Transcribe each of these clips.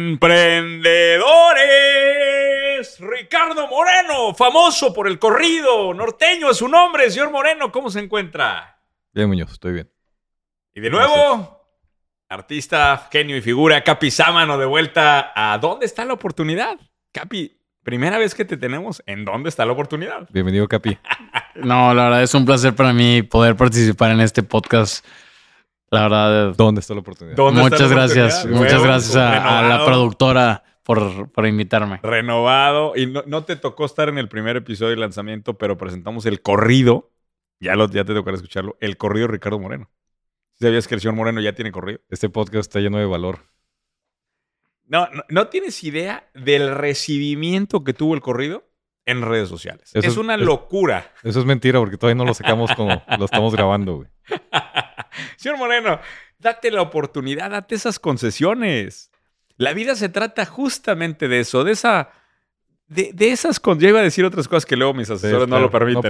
Emprendedores. Ricardo Moreno, famoso por el corrido norteño es su nombre. Señor Moreno, ¿cómo se encuentra? Bien, Muñoz, estoy bien. Y de nuevo, artista, genio y figura, Capi Sámano, de vuelta a ¿Dónde está la oportunidad? Capi, primera vez que te tenemos, ¿en dónde está la oportunidad? Bienvenido, Capi. No, la verdad es un placer para mí poder participar en este podcast. La verdad, ¿Dónde está la oportunidad? muchas gracias. Bueno, Muchas gracias a la renovado. productora por invitarme. Renovado. Y no te tocó estar en el primer episodio de lanzamiento, pero presentamos el corrido. Ya te tocará escucharlo. El corrido de Ricardo Moreno. ¿Sabías que el señor Moreno ya tiene corrido? Este podcast está lleno de valor. No tienes idea del recibimiento que tuvo el corrido en redes sociales. Eso es una locura. Eso es mentira porque todavía no lo sacamos como lo estamos grabando, güey. Señor Moreno, date la oportunidad, date esas concesiones. La vida se trata justamente de eso, de esas ya iba a decir otras cosas que luego mis asesores no lo permiten.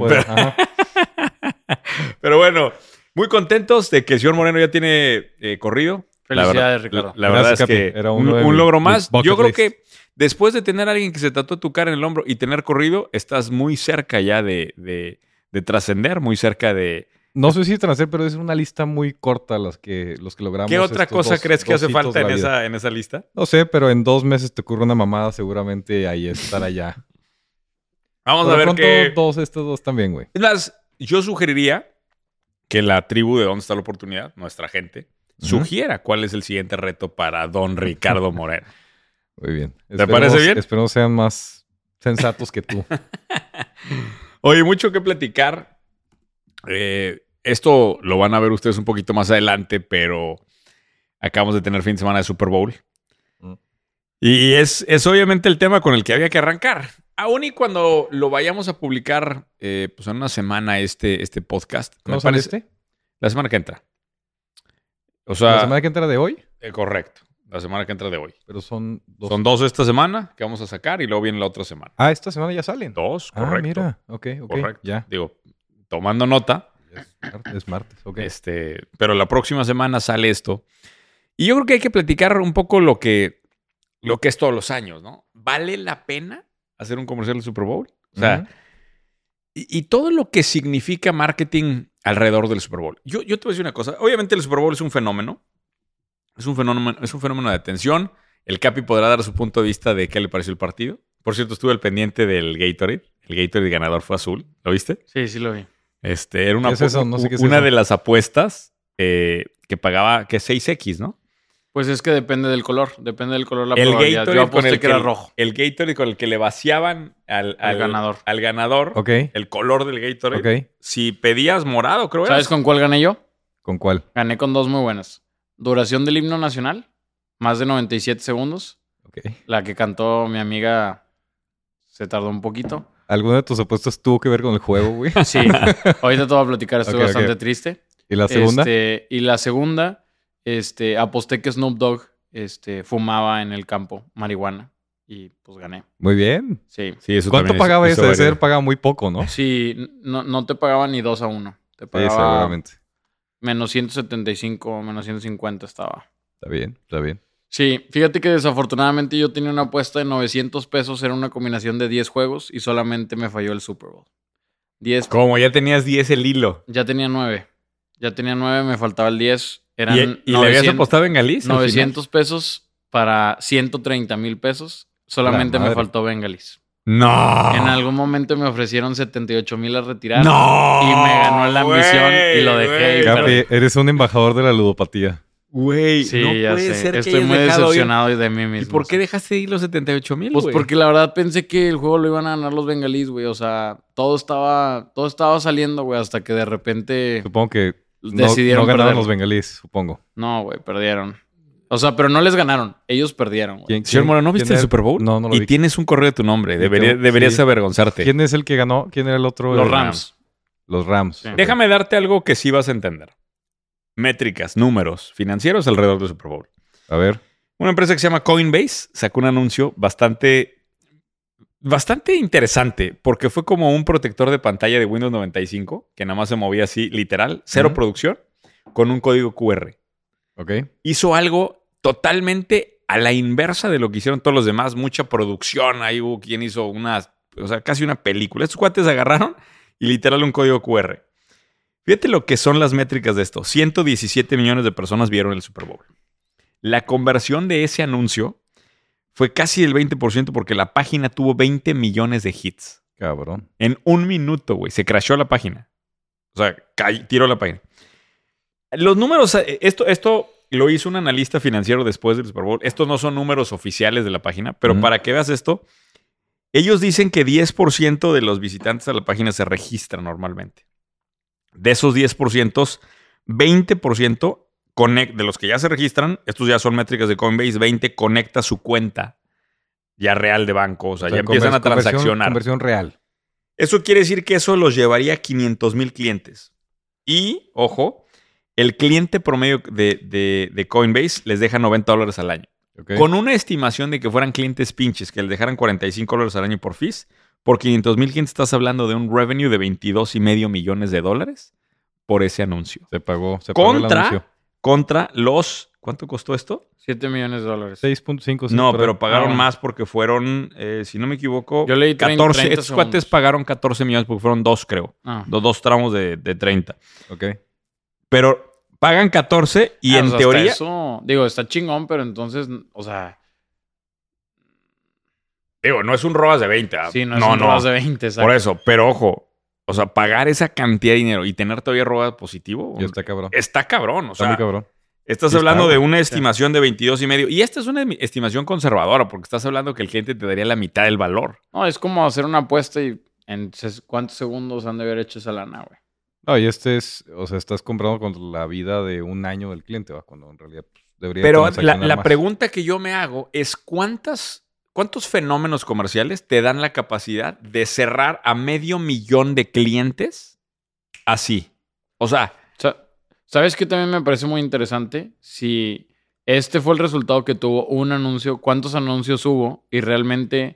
Pero bueno, muy contentos de que el señor Moreno ya tiene corrido. Felicidades, Ricardo. La verdad Gracias, es que Capi. Era uno de un mis- logro mis más. bucket Yo creo list. que después de tener a alguien que se tatuó tu cara en el hombro y tener corrido, estás muy cerca ya de trascender, muy cerca de... No sé si trascender, pero es una lista muy corta los que logramos. ¿Qué otra estos cosa dos- crees que dos hace hitos falta de la vida. en esa lista? No sé, pero en 2 meses te ocurre una mamada, seguramente ahí estar allá. Vamos Por a lo ver pronto, qué... estos dos también, güey. Es más, yo sugeriría que la tribu de Dónde está la oportunidad, nuestra gente, sugiera cuál es el siguiente reto para don Ricardo Moreno. Muy bien. ¿Te parece bien? Espero sean más sensatos que tú. Oye, mucho que platicar. Esto lo van a ver ustedes un poquito más adelante, pero acabamos de tener fin de semana de Super Bowl. Mm. Y es obviamente el tema con el que había que arrancar. Aún y cuando lo vayamos a publicar pues en una semana este podcast. me ¿No sale parece- La semana que entra. O sea, ¿La semana que entra de hoy? correcto. La semana que entra de hoy. Pero son 2. Son 2 esta semana que vamos a sacar y luego viene la otra semana. Ah, esta semana ya salen. 2, correcto. Ah, mira. Ok. Correcto. Ya. Digo, tomando nota. Es martes. Ok. Pero la próxima semana sale esto. Y yo creo que hay que platicar un poco lo que es todos los años, ¿no? ¿Vale la pena hacer un comercial del Super Bowl? O sea, Ujú. y todo lo que significa marketing alrededor del Super Bowl. Yo te voy a decir una cosa. Obviamente el Super Bowl es un fenómeno. Es un fenómeno de atención. El Capi podrá dar su punto de vista de qué le pareció el partido. Por cierto, estuve al pendiente del Gatorade. El Gatorade ganador fue azul. ¿Lo viste? Sí, lo vi. Era una, ¿Qué es eso? No sé qué es una eso. de las apuestas que pagaba, que es 6X, ¿no? Pues es que depende del color. Depende del color la El probabilidad. Yo Gatorade con aposté el que era rojo. El Gatorade con el que le vaciaban al ganador. Al ganador. Ok. El color del Gatorade. Ok. Si pedías morado, creo ¿Sabes con cuál gané yo? ¿Con cuál? Gané con 2 muy buenas. Duración del himno nacional, más de 97 segundos. Ok. La que cantó mi amiga se tardó un poquito. ¿Alguna de tus apuestas tuvo que ver con el juego, güey? Sí, ahorita te voy a platicar, estoy Ok, bastante ok. triste. ¿Y la segunda? Y la segunda, aposté que Snoop Dogg fumaba en el campo marihuana y pues gané. Muy bien. Sí. Sí, eso ¿Cuánto también pagaba hizo ese? De variar. ser pagaba muy poco, ¿no? Sí, no te pagaba ni 2-1. Te Sí, pagaba seguramente. menos 175, menos 150 estaba. Está bien, está bien. Sí, fíjate que desafortunadamente yo tenía una apuesta de 900 pesos, era una combinación de 10 juegos y solamente me falló el Super Bowl. 10, Como ya tenías 10 el hilo. ya tenía 9. Ya tenía 9, me faltaba el 10. Eran ¿Y le habías apostado en Galicia? 900 pesos para 130,000 pesos. Solamente La me madre. faltó Bengalis. No. En algún momento me ofrecieron 78,000 a retirar. No. Y me ganó la ambición y lo dejé. güey. Y Pero- Capi, eres un embajador de la ludopatía. Güey, Sí, no ya puede sé. ser que Estoy hayas muy dejado ir. decepcionado de mí mismo. ¿Y por qué sí. dejaste ir los 78,000, Pues güey? porque la verdad pensé que el juego lo iban a ganar los bengalíes, güey. O sea, todo estaba saliendo, güey, hasta que de repente Supongo que no decidieron ganaron perder. los bengalíes, supongo. No, güey, perdieron. O sea, pero no les ganaron. Ellos perdieron, güey. Señor Mora, ¿no viste quién el era? Super Bowl? No, no lo Y vi. tienes un correo de tu nombre. Y Deberías sí. avergonzarte. ¿Quién es el que ganó? ¿Quién era el otro? Los Rams. Los Rams. Sí. Ok. Déjame darte algo que sí vas a entender. Métricas, números financieros alrededor del Super Bowl. A ver. Una empresa que se llama Coinbase sacó un anuncio bastante interesante porque fue como un protector de pantalla de Windows 95 que nada más se movía así, literal, cero Ujú. producción, con un código QR. Ok. Hizo algo totalmente a la inversa de lo que hicieron todos los demás, mucha producción. Ahí hubo quien hizo casi una película. Estos cuates agarraron y literal un código QR. Fíjate lo que son las métricas de esto. 117 millones de personas vieron el Super Bowl. La conversión de ese anuncio fue casi del 20% porque la página tuvo 20 millones de hits. Cabrón. En un minuto, güey. Se crashó la página. O sea, tiró la página. Los números... Esto lo hizo un analista financiero después del Super Bowl. Estos no son números oficiales de la página, pero para que veas esto, ellos dicen que 10% de los visitantes a la página se registran normalmente. De esos 10%, 20% de los que ya se registran, estos ya son métricas de Coinbase, 20 conecta su cuenta ya real de banco. O sea ya empiezan a transaccionar. Conversión real. Eso quiere decir que eso los llevaría a 500,000 clientes. Y, ojo, el cliente promedio de Coinbase les deja $90 al año. Okay. Con una estimación de que fueran clientes pinches, que les dejaran $45 al año por fees, por 500,000 clientes estás hablando de un revenue de $22.5 millones por ese anuncio. Se pagó el anuncio. Contra los... ¿Cuánto costó esto? $7 millones. 6.5. No, pero pagaron más porque fueron, si no me equivoco, yo leí 14. 30 Estos cuates pagaron 14 millones porque fueron 2, creo. Dos tramos de 30. Ok. Pero pagan 14 y en teoría... Eso, digo, está chingón, pero entonces, o sea... Digo, no es un robas de 20. Sí, no es un robas de 20, exacto. Por eso, pero ojo, o sea, pagar esa cantidad de dinero y tener todavía robas positivo... Ya está cabrón. Está cabrón, o sea... Está muy cabrón. Estás hablando de una estimación de 22.5. Y esta es una estimación conservadora porque estás hablando que el cliente te daría la mitad del valor. No, es como hacer una apuesta y en cuántos segundos han de haber hecho esa lana, güey. No, y o sea, estás comprando con la vida de un año del cliente, ¿va? Cuando en realidad debería Pero transaccionar la más. pregunta que yo me hago es ¿cuántos fenómenos comerciales te dan la capacidad de cerrar a 500,000 de clientes así? O sea... ¿Sabes qué también me parece muy interesante? Si este fue el resultado que tuvo un anuncio, ¿cuántos anuncios hubo? Y realmente,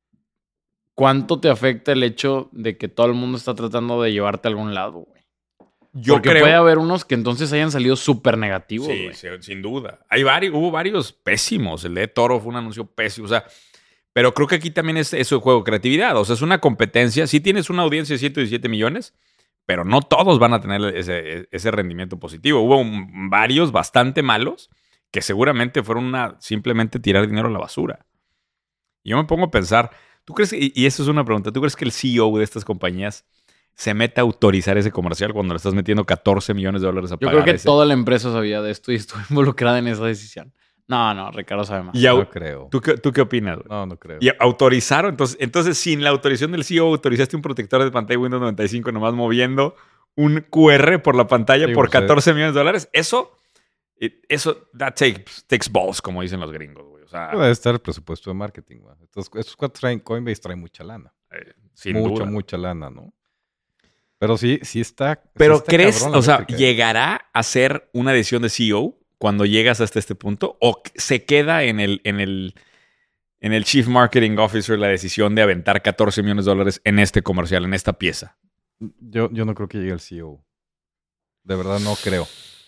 ¿cuánto te afecta el hecho de que todo el mundo está tratando de llevarte a algún lado, güey? Porque puede haber unos que entonces hayan salido súper negativos, güey. Sí, sin duda. Hubo varios pésimos. El de Toro fue un anuncio pésimo. O sea, pero creo que aquí también es eso de juego, creatividad. O sea, es una competencia. Sí tienes una audiencia de 117 millones, pero no todos van a tener ese rendimiento positivo. Hubo varios bastante malos que seguramente fueron simplemente tirar dinero a la basura. Y yo me pongo a pensar, ¿tú crees, y eso es una pregunta, ¿tú crees que el CEO de estas compañías se mete a autorizar ese comercial cuando le estás metiendo $14 millones a pagar? Yo creo que toda la empresa sabía de esto y estuvo involucrada en esa decisión. No, Ricardo sabe más. No creo. ¿Tú qué opinas? No creo. Y autorizaron. Entonces, sin la autorización del CEO, autorizaste un protector de pantalla Windows 95 nomás moviendo un QR por la pantalla por $14 millones. Eso that takes balls, como dicen los gringos, güey. O sea, debe estar el presupuesto de marketing, güey. Estos cuatro Coinbase traen mucha lana. Sin duda. Mucha lana, ¿no? Pero sí está. Pero sí está ¿crees, cabrón la o sea, métrica? llegará a ser una decisión de CEO cuando llegas hasta este punto? ¿O se queda en el Chief Marketing Officer la decisión de aventar $14 millones en este comercial, en esta pieza? Yo no creo que llegue el CEO. De verdad no creo.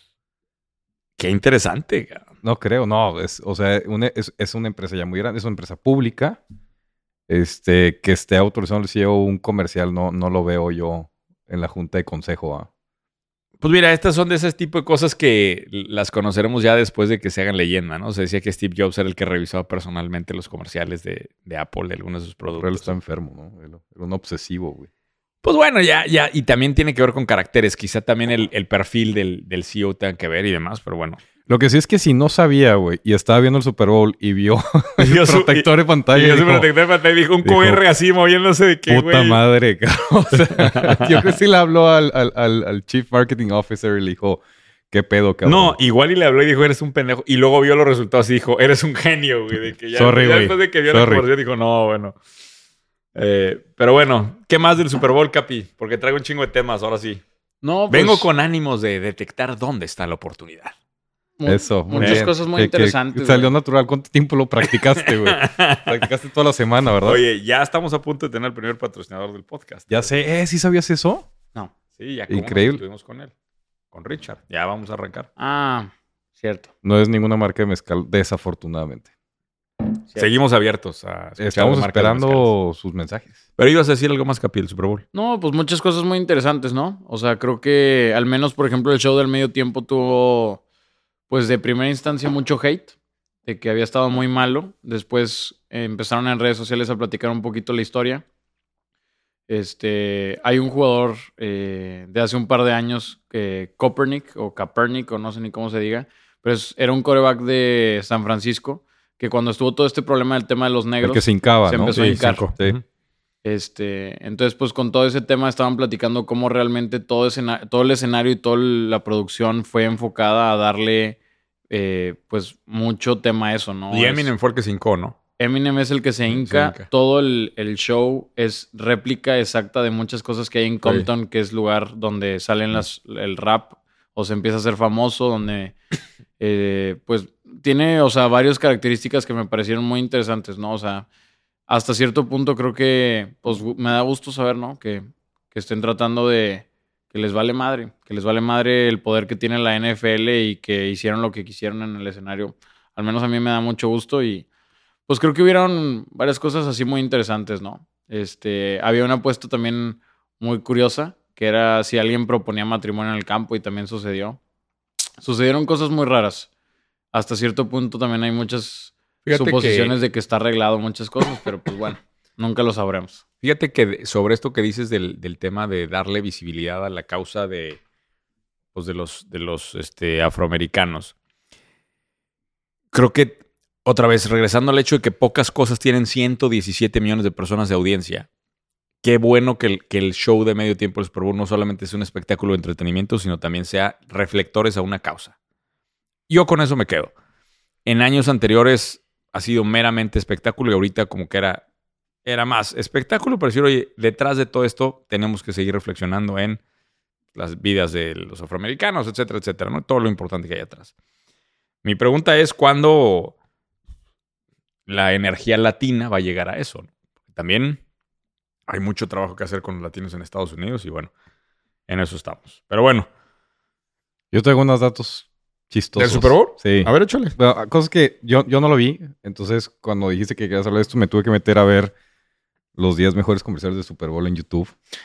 Qué interesante. No creo, no. Es una empresa ya muy grande. Es una empresa pública. Que esté autorizando el CEO un comercial, no lo veo yo en la junta de consejo. ¿Ah? Pues mira, estas son de ese tipo de cosas que las conoceremos ya después de que se hagan leyenda, ¿no? Se decía que Steve Jobs era el que revisaba personalmente los comerciales de Apple, de algunos de sus productos. Pero él está enfermo, ¿no? Era un obsesivo, güey. Pues bueno, ya. Y también tiene que ver con caracteres. Quizá también el perfil del CEO tenga que ver y demás, pero bueno. Lo que sí es que si no sabía, güey, y estaba viendo el Super Bowl y vio el protector de pantalla. Y protector de pantalla dijo un QR así moviéndose de que, puta madre, cabrón. O sea, yo creo que sí le habló al Chief Marketing Officer y le dijo, ¿qué pedo, cabrón? No, igual y le habló y dijo, eres un pendejo. Y luego vio los resultados y dijo, eres un genio, güey. De que ya, Sorry, ya güey. después de que vio la conversación dijo, no, bueno. Pero bueno, ¿qué más del Super Bowl, Capi? Porque traigo un chingo de temas, ahora sí. No, pues, Vengo con ánimos de detectar dónde está la oportunidad. Eso. Muchas bien. cosas muy interesantes. Salió güey. natural. ¿Cuánto tiempo lo practicaste, güey? Practicaste toda la semana, ¿verdad? Oye, ya estamos a punto de tener el primer patrocinador del podcast. Ya sé. ¿Sí sabías eso? No. Sí, ya Increíble. estuvimos con él. Con Richard. Ya vamos a arrancar. Cierto. No es ninguna marca de mezcal, desafortunadamente. Seguimos abiertos a escuchar Estamos de marcas de mezcales. esperando sus mensajes. Pero ibas a decir algo más, Capi, el Super Bowl. No, pues muchas cosas muy interesantes, ¿no? O sea, creo que al menos, por ejemplo, el show del medio tiempo tuvo, pues de primera instancia, mucho hate, de que había estado muy malo. Después empezaron en redes sociales a platicar un poquito la historia. Hay un jugador de hace un par de años, Kaepernick, o no sé ni cómo se diga, pero era un quarterback de San Francisco, que cuando estuvo todo este problema del tema de los negros, El que se hincaba, se ¿no? empezó a hincar. Sí. Ujú. Entonces, pues con todo ese tema estaban platicando cómo realmente todo el escenario y toda la producción fue enfocada a darle, pues, mucho tema a eso, ¿no? Y Eminem fue el que se hincó, ¿no? Eminem es el que se hinca. Todo el show es réplica exacta de muchas cosas que hay en Compton, que es lugar donde salen el rap o se empieza a hacer famoso, donde pues tiene, o sea, varias características que me parecieron muy interesantes, ¿no? O sea, hasta cierto punto creo que pues me da gusto saber, ¿no? Que estén tratando de que les vale madre el poder que tiene la NFL y que hicieron lo que quisieron en el escenario. Al menos a mí me da mucho gusto y pues creo que hubieron varias cosas así muy interesantes, ¿no? Había una apuesta también muy curiosa, que era si alguien proponía matrimonio en el campo y también sucedió. Sucedieron cosas muy raras. Hasta cierto punto también hay muchas suposiciones de que está arreglado muchas cosas, pero pues bueno, nunca lo sabremos. Fíjate que sobre esto que dices del tema de darle visibilidad a la causa de los afroamericanos. Creo que, otra vez, regresando al hecho de que pocas cosas tienen 117 millones de personas de audiencia. Qué bueno que el show de medio tiempo del Super Bowl no solamente es un espectáculo de entretenimiento, sino también sea reflectores a una causa. Yo con eso me quedo. En años anteriores ha sido meramente espectáculo y ahorita como que era más espectáculo, pero decir, oye, detrás de todo esto tenemos que seguir reflexionando en las vidas de los afroamericanos, etcétera, etcétera, ¿no? Todo lo importante que hay atrás. Mi pregunta es, ¿cuándo la energía latina va a llegar a eso? También hay mucho trabajo que hacer con los latinos en Estados Unidos y bueno, en eso estamos. Pero bueno. Yo tengo unos datos chistosos. ¿Del Super Bowl? Sí. A ver, échale. Bueno, cosas que yo no lo vi. Entonces, cuando dijiste que querías hablar de esto, me tuve que meter a ver los 10 mejores comerciales de Super Bowl en YouTube.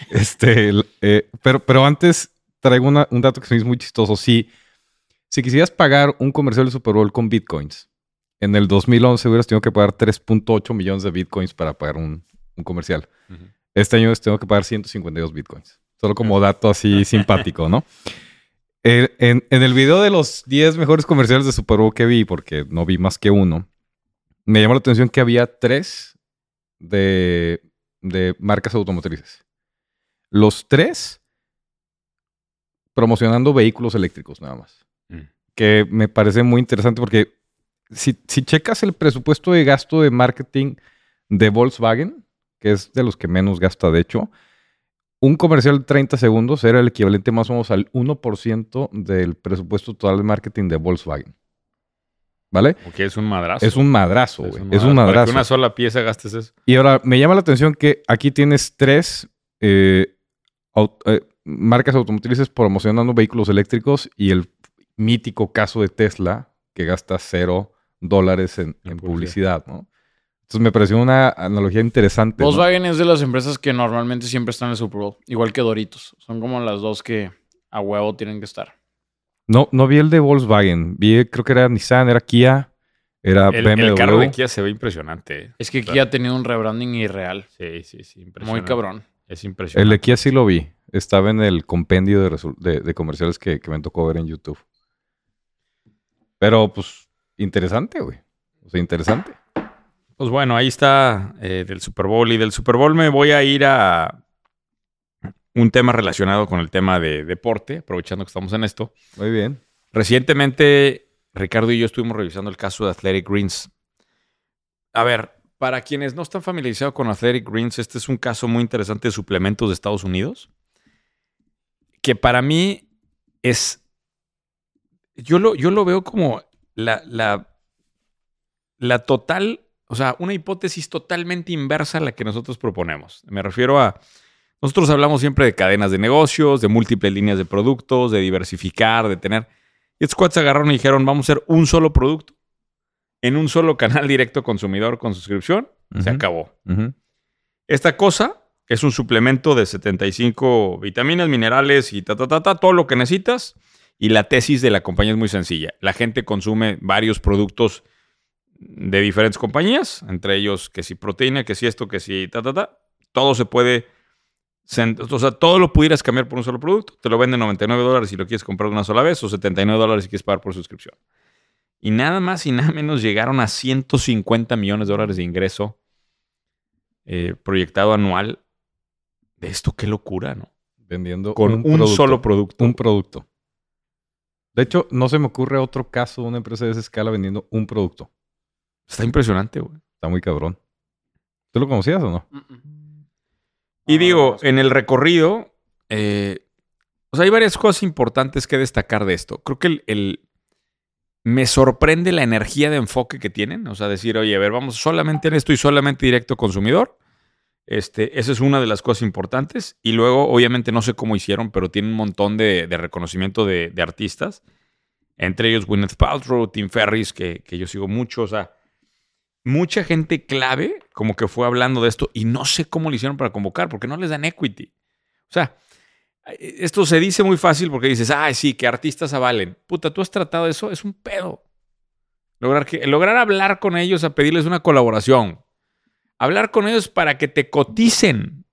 Pero antes traigo un dato que se me hizo muy chistoso. Si quisieras pagar un comercial de Super Bowl con bitcoins, en el 2011 hubieras tenido que pagar 3.8 millones de bitcoins para pagar un comercial. Uh-huh. Este año tengo que pagar 152 bitcoins. Solo como dato así simpático, ¿no? En el video de los 10 mejores comerciales de Super Bowl que vi, porque no vi más que uno, me llamó la atención que había 3 de marcas automotrices. Los 3 promocionando vehículos eléctricos nada más. Que me parece muy interesante porque si checas el presupuesto de gasto de marketing de Volkswagen, que es de los que menos gasta de hecho, un comercial de 30 segundos era el equivalente más o menos al 1% del presupuesto total de marketing de Volkswagen. ¿Vale? Porque es un madrazo. Es un madrazo, güey. Es un madrazo. Para que una sola pieza gastes eso. Y ahora, me llama la atención que aquí tienes 3 marcas automotrices promocionando vehículos eléctricos y el mítico caso de Tesla, que gasta $0 en publicidad, ¿no? Entonces me pareció una analogía interesante. Volkswagen, ¿no? es de las empresas que normalmente siempre están en el Super Bowl, igual que Doritos. Son como las dos que a huevo tienen que estar. No vi el de Volkswagen. Creo que era Nissan, era Kia, era BMW. El carro de Kia se ve impresionante. Es que Kia ha tenido un rebranding irreal. Sí, impresionante. Muy cabrón. Es impresionante. El de Kia sí lo vi. Estaba en el compendio de comerciales que me tocó ver en YouTube. Pero, pues, interesante, güey. O sea, interesante. Pues bueno, ahí está del Super Bowl. Y del Super Bowl me voy a ir a un tema relacionado con el tema de deporte, aprovechando que estamos en esto. Muy bien. Recientemente, Ricardo y yo estuvimos revisando el caso de Athletic Greens. A ver, para quienes no están familiarizados con Athletic Greens, este es un caso muy interesante de suplementos de Estados Unidos, que para mí es... Yo lo veo como la total... O sea, una hipótesis totalmente inversa a la que nosotros proponemos. Me refiero a... Nosotros hablamos siempre de cadenas de negocios, de múltiples líneas de productos, de diversificar, de tener... Y estos cuates agarraron y dijeron, vamos a hacer un solo producto en un solo canal directo consumidor con suscripción. Se acabó. Esta cosa es un suplemento de 75 vitaminas, minerales y todo lo que necesitas. Y la tesis de la compañía es muy sencilla. La gente consume varios productos de diferentes compañías, entre ellos que si proteína, que si esto, que si todo se puede, o sea, todo lo pudieras cambiar por un solo producto. Te lo venden $99 si lo quieres comprar una sola vez o $79 si quieres pagar por suscripción. Y nada más y nada menos llegaron a $150 millones de ingreso proyectado anual. De esto, qué locura, ¿no? Vendiendo con un solo producto. Un producto. De hecho, no se me ocurre otro caso de una empresa de esa escala vendiendo un producto. Está impresionante, güey. Está muy cabrón. ¿Tú lo conocías o no? Y digo, en el recorrido, o sea, hay varias cosas importantes que destacar de esto. Creo que me sorprende la energía de enfoque que tienen. O sea, decir, oye, a ver, vamos solamente en esto y solamente directo consumidor. Esa es una de las cosas importantes. Y luego, obviamente, no sé cómo hicieron, pero tienen un montón de reconocimiento de artistas. Entre ellos, Gwyneth Paltrow, Tim Ferriss, que yo sigo mucho. O sea, mucha gente clave como que fue hablando de esto y no sé cómo lo hicieron para convocar, porque no les dan equity. O sea, esto se dice muy fácil porque dices, ay, sí, que artistas avalen. Puta, tú has tratado de eso, es un pedo. Lograr hablar con ellos a pedirles una colaboración. Hablar con ellos para que te coticen.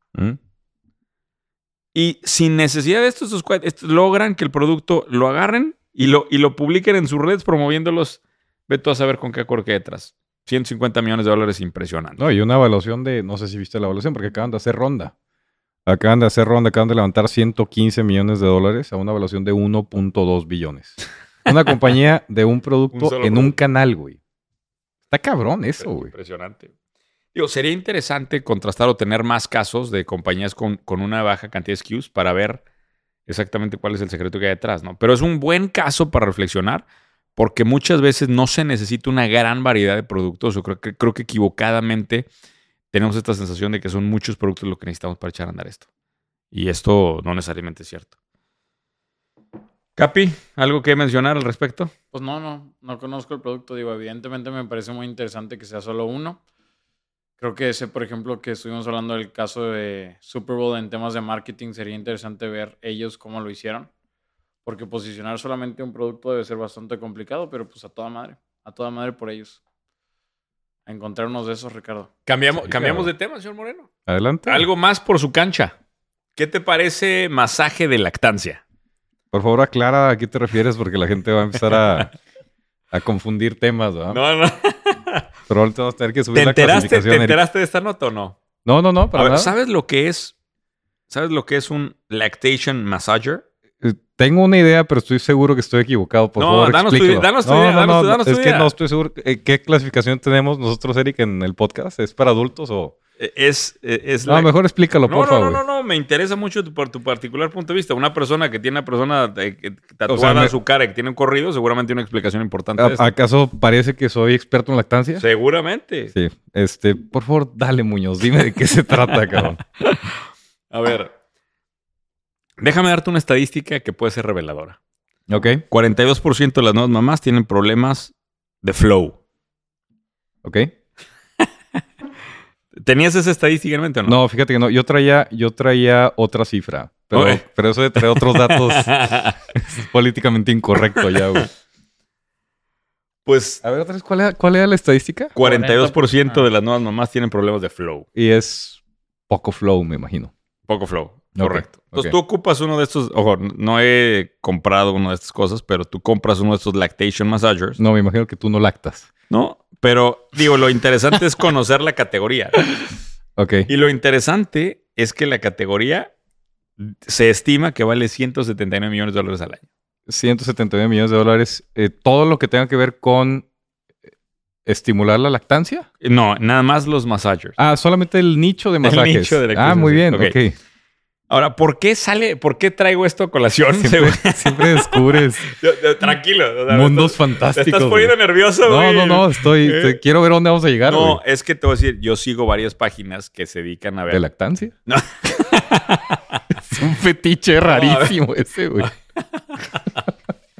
Y sin necesidad de estos logran que el producto lo agarren y lo publiquen en sus redes promoviéndolos. Ve tú a saber con qué acuerdo hay detrás. $150 millones, impresionante. No, y una evaluación de, no sé si viste la evaluación, porque acaban de hacer ronda. Acaban de levantar $115 millones a una evaluación de 1.2 billones. Una compañía de un producto un canal, güey. Está cabrón eso, güey. Impresionante. Digo, sería interesante contrastar o tener más casos de compañías con una baja cantidad de SKUs para ver exactamente cuál es el secreto que hay detrás, ¿no? Pero es un buen caso para reflexionar porque muchas veces no se necesita una gran variedad de productos. Yo creo que equivocadamente tenemos esta sensación de que son muchos productos lo que necesitamos para echar a andar esto. Y esto no necesariamente es cierto. Capi, ¿algo que mencionar al respecto? Pues no conozco el producto. Digo, evidentemente me parece muy interesante que sea solo uno. Creo que ese, por ejemplo, que estuvimos hablando del caso de Super Bowl en temas de marketing, sería interesante ver ellos cómo lo hicieron. Porque posicionar solamente un producto debe ser bastante complicado, pero pues a toda madre por ellos. A encontrarnos de esos, Ricardo. Cambiamos de tema, señor Moreno. Adelante. Algo más por su cancha. ¿Qué te parece masaje de lactancia? Por favor, aclara a qué te refieres porque la gente va a empezar a confundir temas, ¿verdad? No. Pero ahorita vas a tener que subir la clasificación. ¿Te enteraste de esta nota o no? No, para nada. ¿Sabes lo que es un lactation massager? Tengo una idea, pero estoy seguro que estoy equivocado. Por favor, explícalo. Danos tu idea. Es que no estoy seguro. ¿Qué clasificación tenemos nosotros, Eric, en el podcast? ¿Es para adultos o...? Mejor explícalo, por favor. No. Me interesa mucho por tu particular punto de vista. Una persona que tiene tatuada en su cara y que tiene un corrido, seguramente tiene una explicación importante de esto. ¿Acaso parece que soy experto en lactancia? Seguramente. Sí. Por favor, dale, Muñoz. Dime de qué se trata, cabrón. A ver. Déjame darte una estadística que puede ser reveladora. Ok. 42% de las nuevas mamás tienen problemas de flow. Ok. ¿Tenías esa estadística en mente o no? No, fíjate que no. Yo traía otra cifra. Pero eso de traer otros datos es políticamente incorrecto ya, güey. Pues... A ver, otra vez, ¿cuál era la estadística? 42% de las nuevas mamás tienen problemas de flow. Y es poco flow, me imagino. Poco flow. Correcto. Entonces tú ocupas uno de estos... Ojo, no he comprado una de estas cosas, pero tú compras uno de estos lactation massagers. No, me imagino que tú no lactas. No, pero digo, lo interesante es conocer la categoría. Ok. Y lo interesante es que la categoría se estima que vale $179 millones al año. $179 millones. ¿Todo lo que tenga que ver con estimular la lactancia? No, nada más los massagers. Solamente el nicho de masajes. El nicho de lactancia. Muy bien, ok. Ahora, ¿por qué traigo esto a colación? Siempre descubres tranquilo. Mundos fantásticos. Te estás poniendo nervioso, güey. No. Quiero ver dónde vamos a llegar, No, güey. es que te voy a decir, yo sigo varias páginas que se dedican a ver... ¿De lactancia? No. Es un fetiche rarísimo ese, güey.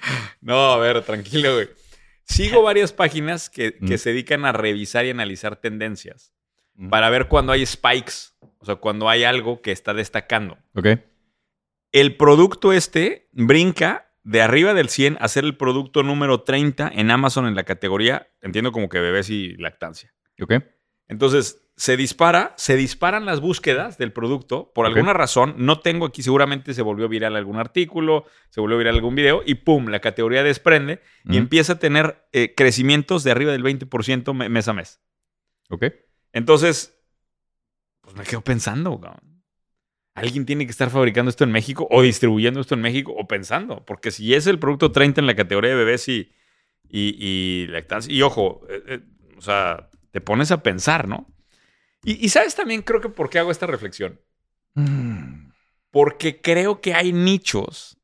No, a ver, tranquilo, güey. Sigo varias páginas que se dedican a revisar y analizar tendencias para ver cuando hay spikes, o sea, cuando hay algo que está destacando. Ok. El producto brinca de arriba del 100 a ser el producto número 30 en Amazon en la categoría, entiendo como que bebés y lactancia. Ok. Entonces, se disparan las búsquedas del producto por alguna razón. No tengo aquí, seguramente se volvió viral algún artículo, se volvió viral algún video y ¡pum! La categoría desprende y empieza a tener crecimientos de arriba del 20% mes a mes. Ok. Entonces, pues me quedo pensando, cabrón. Alguien tiene que estar fabricando esto en México o distribuyendo esto en México o pensando. Porque si es el producto 30 en la categoría de bebés y lactancia, y ojo, o sea, te pones a pensar, ¿no? Y ¿sabes también creo que por qué hago esta reflexión? Porque creo que hay nichos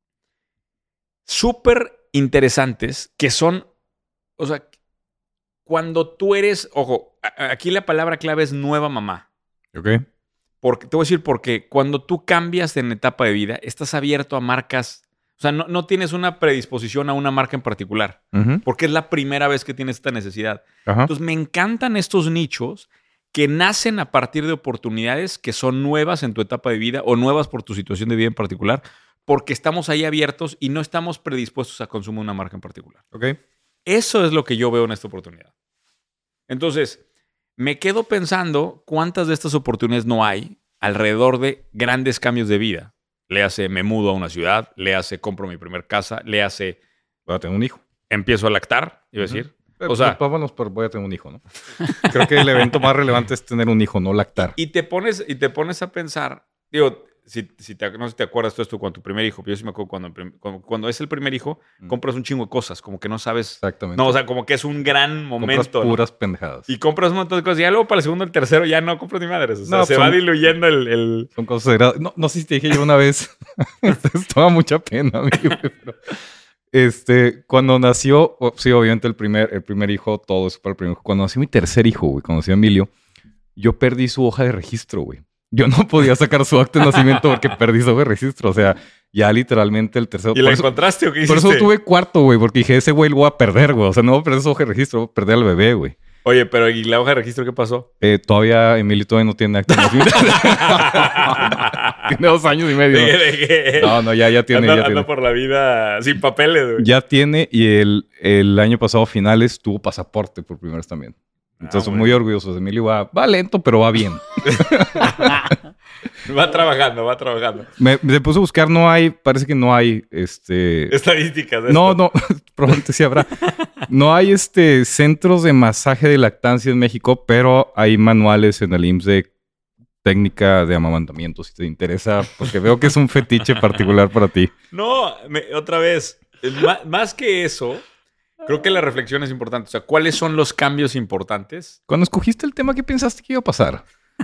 súper interesantes que son, o sea, cuando tú eres, ojo, aquí la palabra clave es nueva mamá. Ok. Porque, te voy a decir porque cuando tú cambias en etapa de vida, estás abierto a marcas, o sea, no tienes una predisposición a una marca en particular, porque es la primera vez que tienes esta necesidad. Ajá. Entonces, me encantan estos nichos que nacen a partir de oportunidades que son nuevas en tu etapa de vida o nuevas por tu situación de vida en particular, porque estamos ahí abiertos y no estamos predispuestos a consumir una marca en particular. Ok. Eso es lo que yo veo en esta oportunidad. Entonces, me quedo pensando cuántas de estas oportunidades no hay alrededor de grandes cambios de vida. Léase, me mudo a una ciudad, léase, compro mi primer casa, léase, Voy a tener un hijo. empiezo a lactar, iba a decir. O sea, vámonos por voy a tener un hijo, ¿no? Creo que el evento más relevante es tener un hijo, no lactar. Y te pones a pensar, digo, no sé si te acuerdas tú esto con tu primer hijo, pero yo sí me acuerdo cuando es el primer hijo, compras un chingo de cosas, como que no sabes. Exactamente. No, o sea, como que es un gran momento. Compras puras pendejadas. Y compras un montón de cosas. Y ya luego para el segundo, el tercero, ya no compras ni madres. O sea, se va diluyendo el... Son cosas graves. No sé si te dije yo una vez. Esto da mucha pena, amigo. Pero, cuando nació, sí, obviamente el primer hijo, todo eso para el primer hijo. Cuando nació mi tercer hijo, güey, cuando nació Emilio, yo perdí su hoja de registro, güey. Yo no podía sacar su acta de nacimiento porque perdí su hoja de registro. O sea, ya literalmente el tercero... ¿Y la encontraste o qué hiciste? Por eso tuve cuarto, güey, porque dije, ese güey lo voy a perder, güey. O sea, no voy a perder su hoja de registro, voy a perder al bebé, güey. Oye, pero ¿y la hoja de registro qué pasó? Emilio todavía no tiene acta de nacimiento. Tiene 2 años y medio. ¿De qué? No, ya tiene. Anda por la vida sin papeles, güey. Ya tiene y el año pasado a finales tuvo pasaporte por primera vez también. Entonces, muy orgullosos. Emilio va lento, pero va bien. Va trabajando. Me puse a buscar, parece que no hay, estadísticas de No, esto. probablemente sí habrá. No hay, centros de masaje de lactancia en México, pero hay manuales en el IMSS de técnica de amamantamiento, si te interesa, porque veo que es un fetiche particular para ti. No, otra vez, más que eso... Creo que la reflexión es importante. O sea, ¿cuáles son los cambios importantes? Cuando escogiste el tema, ¿qué pensaste que iba a pasar?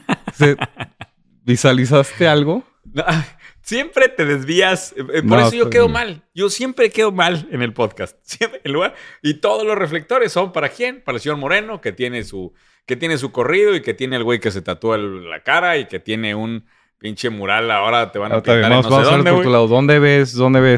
¿Visualizaste algo? No, siempre te desvías. Por eso yo quedo mal. Yo siempre quedo mal en el podcast. Siempre, en lugar, y todos los reflectores son ¿para quién? Para el señor Moreno, que tiene su corrido y que tiene el güey que se tatúa la cara y que tiene un... pinche mural, ahora te van a pintar vamos no sé dónde, por tu lado. ¿Dónde ves?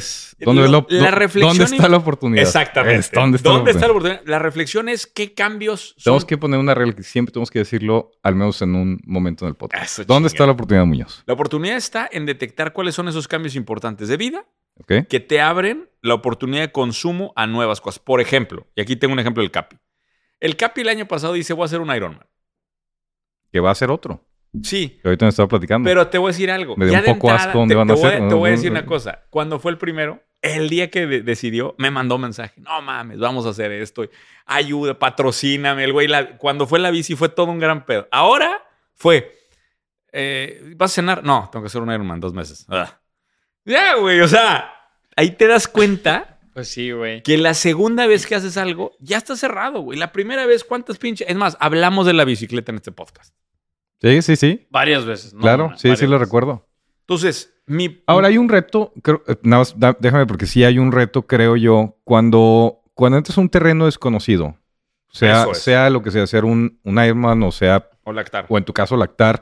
La reflexión ¿Dónde está la oportunidad? Exactamente. ¿Dónde está la oportunidad? La reflexión es qué cambios son. Tenemos que poner una regla que siempre tenemos que decirlo, al menos en un momento en el podcast. Eso, ¿Dónde está la oportunidad, Muñoz? La oportunidad está en detectar cuáles son esos cambios importantes de vida ¿Okay? que te abren la oportunidad de consumo a nuevas cosas. Por ejemplo, y aquí tengo un ejemplo del Capi. El Capi el año pasado dice, voy a hacer un Ironman. Que va a ser otro. Sí. Que ahorita me estaba platicando. Pero te voy a decir algo. Me dio un poco asco dónde van a hacer. Te voy a decir una cosa. Cuando fue el primero, el día que decidió, me mandó mensaje. No mames, vamos a hacer esto. Ayuda, patrocíname. El güey, cuando fue la bici fue todo un gran pedo. Ahora fue, ¿vas a cenar? No, tengo que hacer un Ironman 2 meses. Ya, güey, o sea, ahí te das cuenta... Pues sí, güey. Que la segunda vez que haces algo, ya está cerrado, güey. La primera vez, ¿cuántas pinches? Es más, hablamos de la bicicleta en este podcast. Sí. Varias veces. ¿no? Claro, sí lo recuerdo. Entonces, Ahora hay un reto, nada más, déjame, porque sí hay un reto, creo yo, cuando entras a un terreno desconocido, sea lo que sea, ser un Ironman o sea... O lactar. O en tu caso, lactar.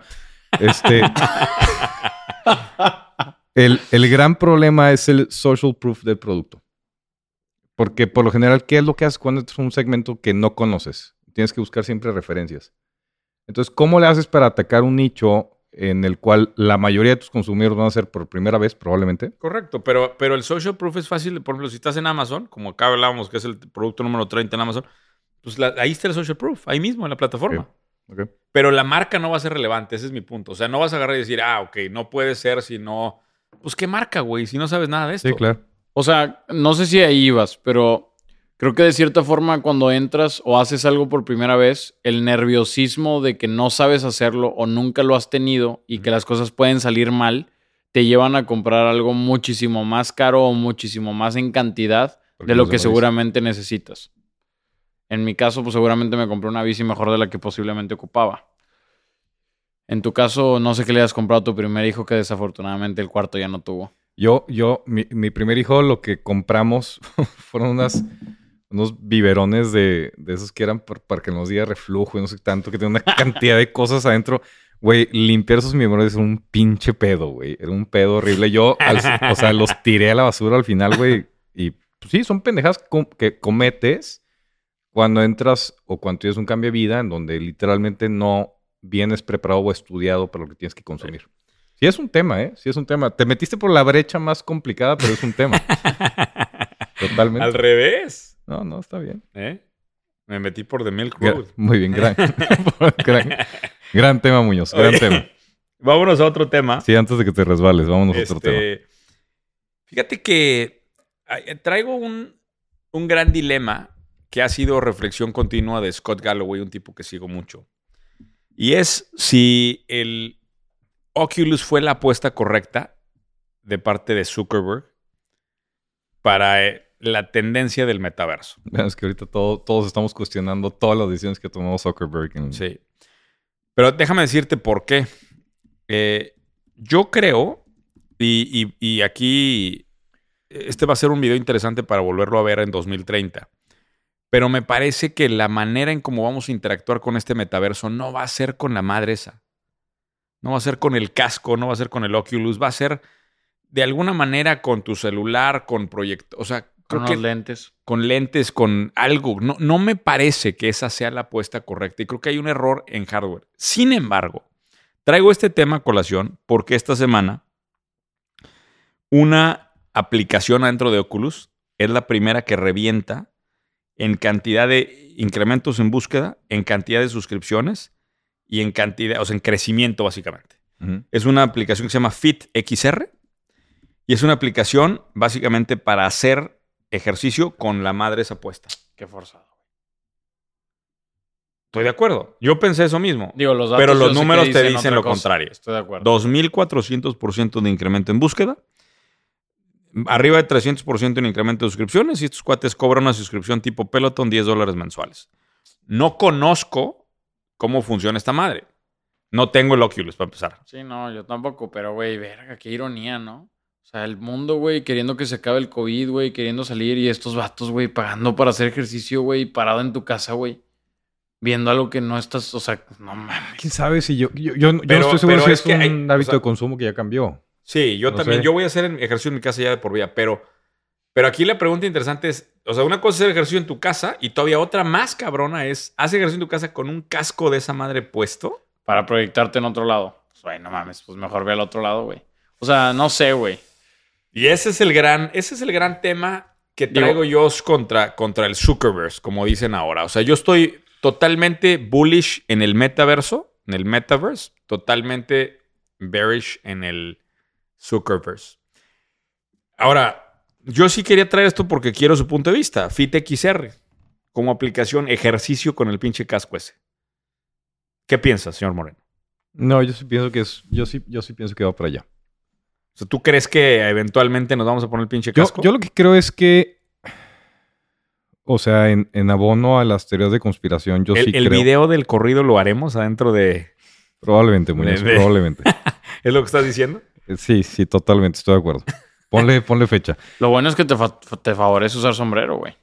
El gran problema es el social proof del producto. Porque por lo general, ¿qué es lo que haces cuando es un segmento que no conoces? Tienes que buscar siempre referencias. Entonces, ¿cómo le haces para atacar un nicho en el cual la mayoría de tus consumidores van a ser por primera vez, probablemente? Correcto, pero el social proof es fácil. Por ejemplo, si estás en Amazon, como acá hablábamos que es el producto número 30 en Amazon, pues ahí está el social proof, ahí mismo en la plataforma. Okay. Pero la marca no va a ser relevante, ese es mi punto. O sea, no vas a agarrar y decir, ok, no puede ser si no... Pues, ¿qué marca, güey? Si no sabes nada de esto. Sí, claro. O sea, no sé si ahí ibas, pero creo que de cierta forma cuando entras o haces algo por primera vez, el nerviosismo de que no sabes hacerlo o nunca lo has tenido y que las cosas pueden salir mal, te llevan a comprar algo muchísimo más caro o muchísimo más en cantidad de lo que seguramente necesitas. En mi caso, pues seguramente me compré una bici mejor de la que posiblemente ocupaba. En tu caso, no sé qué le hayas comprado a tu primer hijo que desafortunadamente el cuarto ya no tuvo. Mi primer hijo, lo que compramos fueron unos biberones de esos que eran para que nos diera reflujo y no sé tanto, que tienen una cantidad de cosas adentro. Güey, limpiar esos biberones era un pinche pedo, güey. Era un pedo horrible. Yo, o sea, los tiré a la basura al final, güey. Y pues, sí, son pendejas que cometes cuando entras o cuando tienes un cambio de vida en donde literalmente no vienes preparado o estudiado para lo que tienes que consumir. Sí es un tema, ¿eh? Sí es un tema. Te metiste por la brecha más complicada, pero es un tema. Totalmente. Al revés. No, está bien. Me metí por The Milk Road. Muy bien, gran tema, Muñoz. Gran tema. Vámonos a otro tema. Sí, antes de que te resbales, vámonos a otro tema. Fíjate que traigo un gran dilema que ha sido reflexión continua de Scott Galloway, un tipo que sigo mucho. Y es si el Oculus fue la apuesta correcta de parte de Zuckerberg para la tendencia del metaverso. Es que ahorita todos estamos cuestionando todas las decisiones que tomó Zuckerberg. Sí. Pero déjame decirte por qué. Yo creo, y aquí este va a ser un video interesante para volverlo a ver en 2030, pero me parece que la manera en cómo vamos a interactuar con este metaverso no va a ser con la madre esa. No va a ser con el casco, no va a ser con el Oculus, va a ser de alguna manera con tu celular, con proyecto, o sea, con los lentes. Con lentes, con algo. No me parece que esa sea la apuesta correcta y creo que hay un error en hardware. Sin embargo, traigo este tema a colación porque esta semana una aplicación adentro de Oculus es la primera que revienta en cantidad de incrementos en búsqueda, en cantidad de suscripciones y en cantidad, o sea, en crecimiento básicamente. Uh-huh. Es una aplicación que se llama Fit XR y es una aplicación básicamente para hacer ejercicio con la madre esa puesta. Qué forzado. Estoy de acuerdo. Yo pensé eso mismo. Digo, los datos pero los números te dicen lo contrario. Estoy de acuerdo. 2,400% de incremento en búsqueda. Arriba de 300% en incremento de suscripciones y estos cuates cobran una suscripción tipo Peloton $10 mensuales. No conozco cómo funciona esta madre. No tengo el Oculus para empezar. Sí, no, yo tampoco, pero güey, verga, qué ironía, ¿no? O sea, el mundo, güey, queriendo que se acabe el COVID, güey, queriendo salir y estos vatos, güey, pagando para hacer ejercicio, güey, parado en tu casa, güey. Viendo algo que no estás, o sea, no mames. ¿Quién sabe si yo no estoy seguro si es un hábito de consumo que ya cambió. Sí, yo también. Sé. Yo voy a hacer ejercicio en mi casa ya de por vida, pero aquí la pregunta interesante es, o sea, una cosa es hacer ejercicio en tu casa y todavía otra más cabrona es, ¿haces ejercicio en tu casa con un casco de esa madre puesto? Para proyectarte en otro lado. Pues, güey, no mames, pues mejor ve al otro lado, güey. O sea, no sé, güey. Y ese es el gran tema que traigo yo contra el Zuckerverse, como dicen ahora. O sea, yo estoy totalmente bullish en el metaverso, totalmente bearish en el Zuckerverse. Ahora, yo sí quería traer esto porque quiero su punto de vista. Fit XR, como aplicación, ejercicio con el pinche casco ese. ¿Qué piensas, señor Moreno? No, yo sí pienso que va para allá. O sea, ¿tú crees que eventualmente nos vamos a poner el pinche casco? Yo lo que creo es que, o sea, en abono a las teorías de conspiración, yo sí creo... ¿El video del corrido lo haremos adentro de...? Probablemente, Muñoz, probablemente. ¿Es lo que estás diciendo? Sí, totalmente, estoy de acuerdo. Ponle fecha. Lo bueno es que te favorece usar sombrero, güey.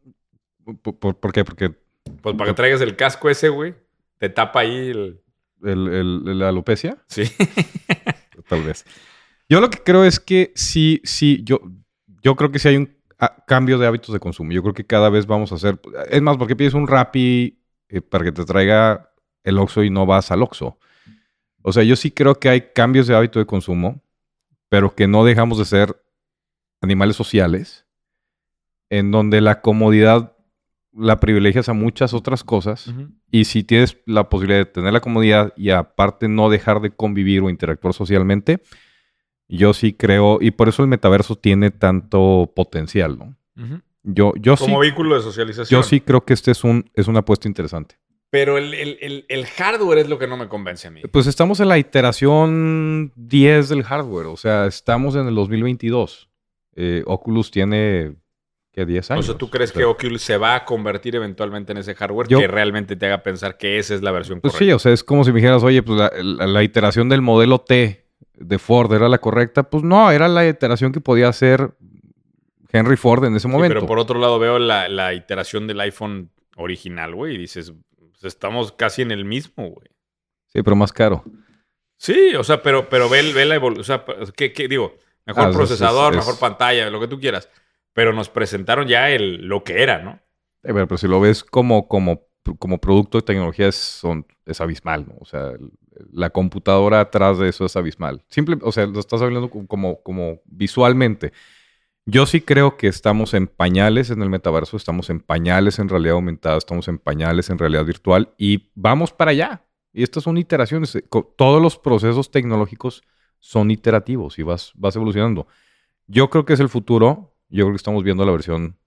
¿Por qué? Porque... Pues para que traigas el casco ese, güey. Te tapa ahí ¿La alopecia? Sí. Tal vez. Yo lo que creo es que sí, yo creo que sí cambio de hábitos de consumo. Yo creo que cada vez vamos a hacer... Es más, ¿por qué pides un Rappi para que te traiga el Oxxo y no vas al Oxxo? O sea, yo sí creo que hay cambios de hábito de consumo, pero que no dejamos de ser animales sociales, en donde la comodidad la privilegias a muchas otras cosas. Ujú. Y si tienes la posibilidad de tener la comodidad y aparte no dejar de convivir o interactuar socialmente, yo sí creo, y por eso el metaverso tiene tanto potencial, ¿no? Ujú. Yo sí, Como vehículo de socialización. yo sí creo que es una apuesta interesante. Pero el hardware es lo que no me convence a mí. Pues estamos en la iteración 10 del hardware, o sea, estamos en el 2022. Oculus tiene, ¿qué? 10 O años. sea, ¿tú crees O sea, que Oculus se va a convertir eventualmente en ese hardware Yo- que realmente te haga pensar que esa es la versión Pues correcta? sí, o sea, es como si me dijeras, oye, pues la iteración del modelo T de Ford era la correcta. Pues no, era la iteración que podía hacer Henry Ford en ese Sí, momento. pero por otro lado veo la iteración del iPhone original, güey, y dices, pues estamos casi en el mismo, güey. Sí, pero más caro. Sí, o sea, pero ve la evolución. O sea, ¿qué digo? Mejor procesador, mejor pantalla, lo que tú quieras. Pero nos presentaron ya lo que era, ¿no? Pero si lo ves como producto de tecnología es abismal, ¿no? O sea, la computadora atrás de eso es abismal. O sea, lo estás hablando como visualmente. Yo sí creo que estamos en pañales en el metaverso, estamos en pañales en realidad aumentada, estamos en pañales en realidad virtual y vamos para allá. Y estas son iteraciones. Todos los procesos tecnológicos son iterativos y vas evolucionando. Yo creo que es el futuro. Yo creo que estamos viendo la versión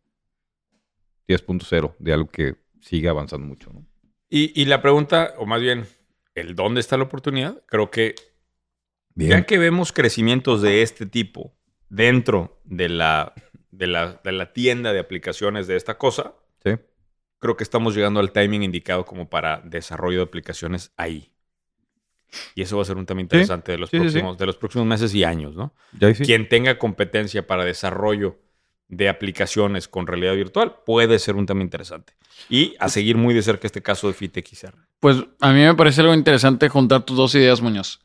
10.0 de algo que sigue avanzando mucho, ¿no? Y la pregunta, o más bien, el dónde está la oportunidad, creo que Bien. ya que vemos crecimientos de este tipo dentro de la tienda de aplicaciones de esta cosa, Sí. creo que estamos llegando al timing indicado como para desarrollo de aplicaciones ahí. Y eso va a ser un tema interesante de los próximos meses y años, ¿no? Ya sí. Quien tenga competencia para desarrollo de aplicaciones con realidad virtual puede ser un tema interesante. Y a seguir muy de cerca este caso de Fitech XR. Pues a mí me parece algo interesante juntar tus dos ideas, Muñoz.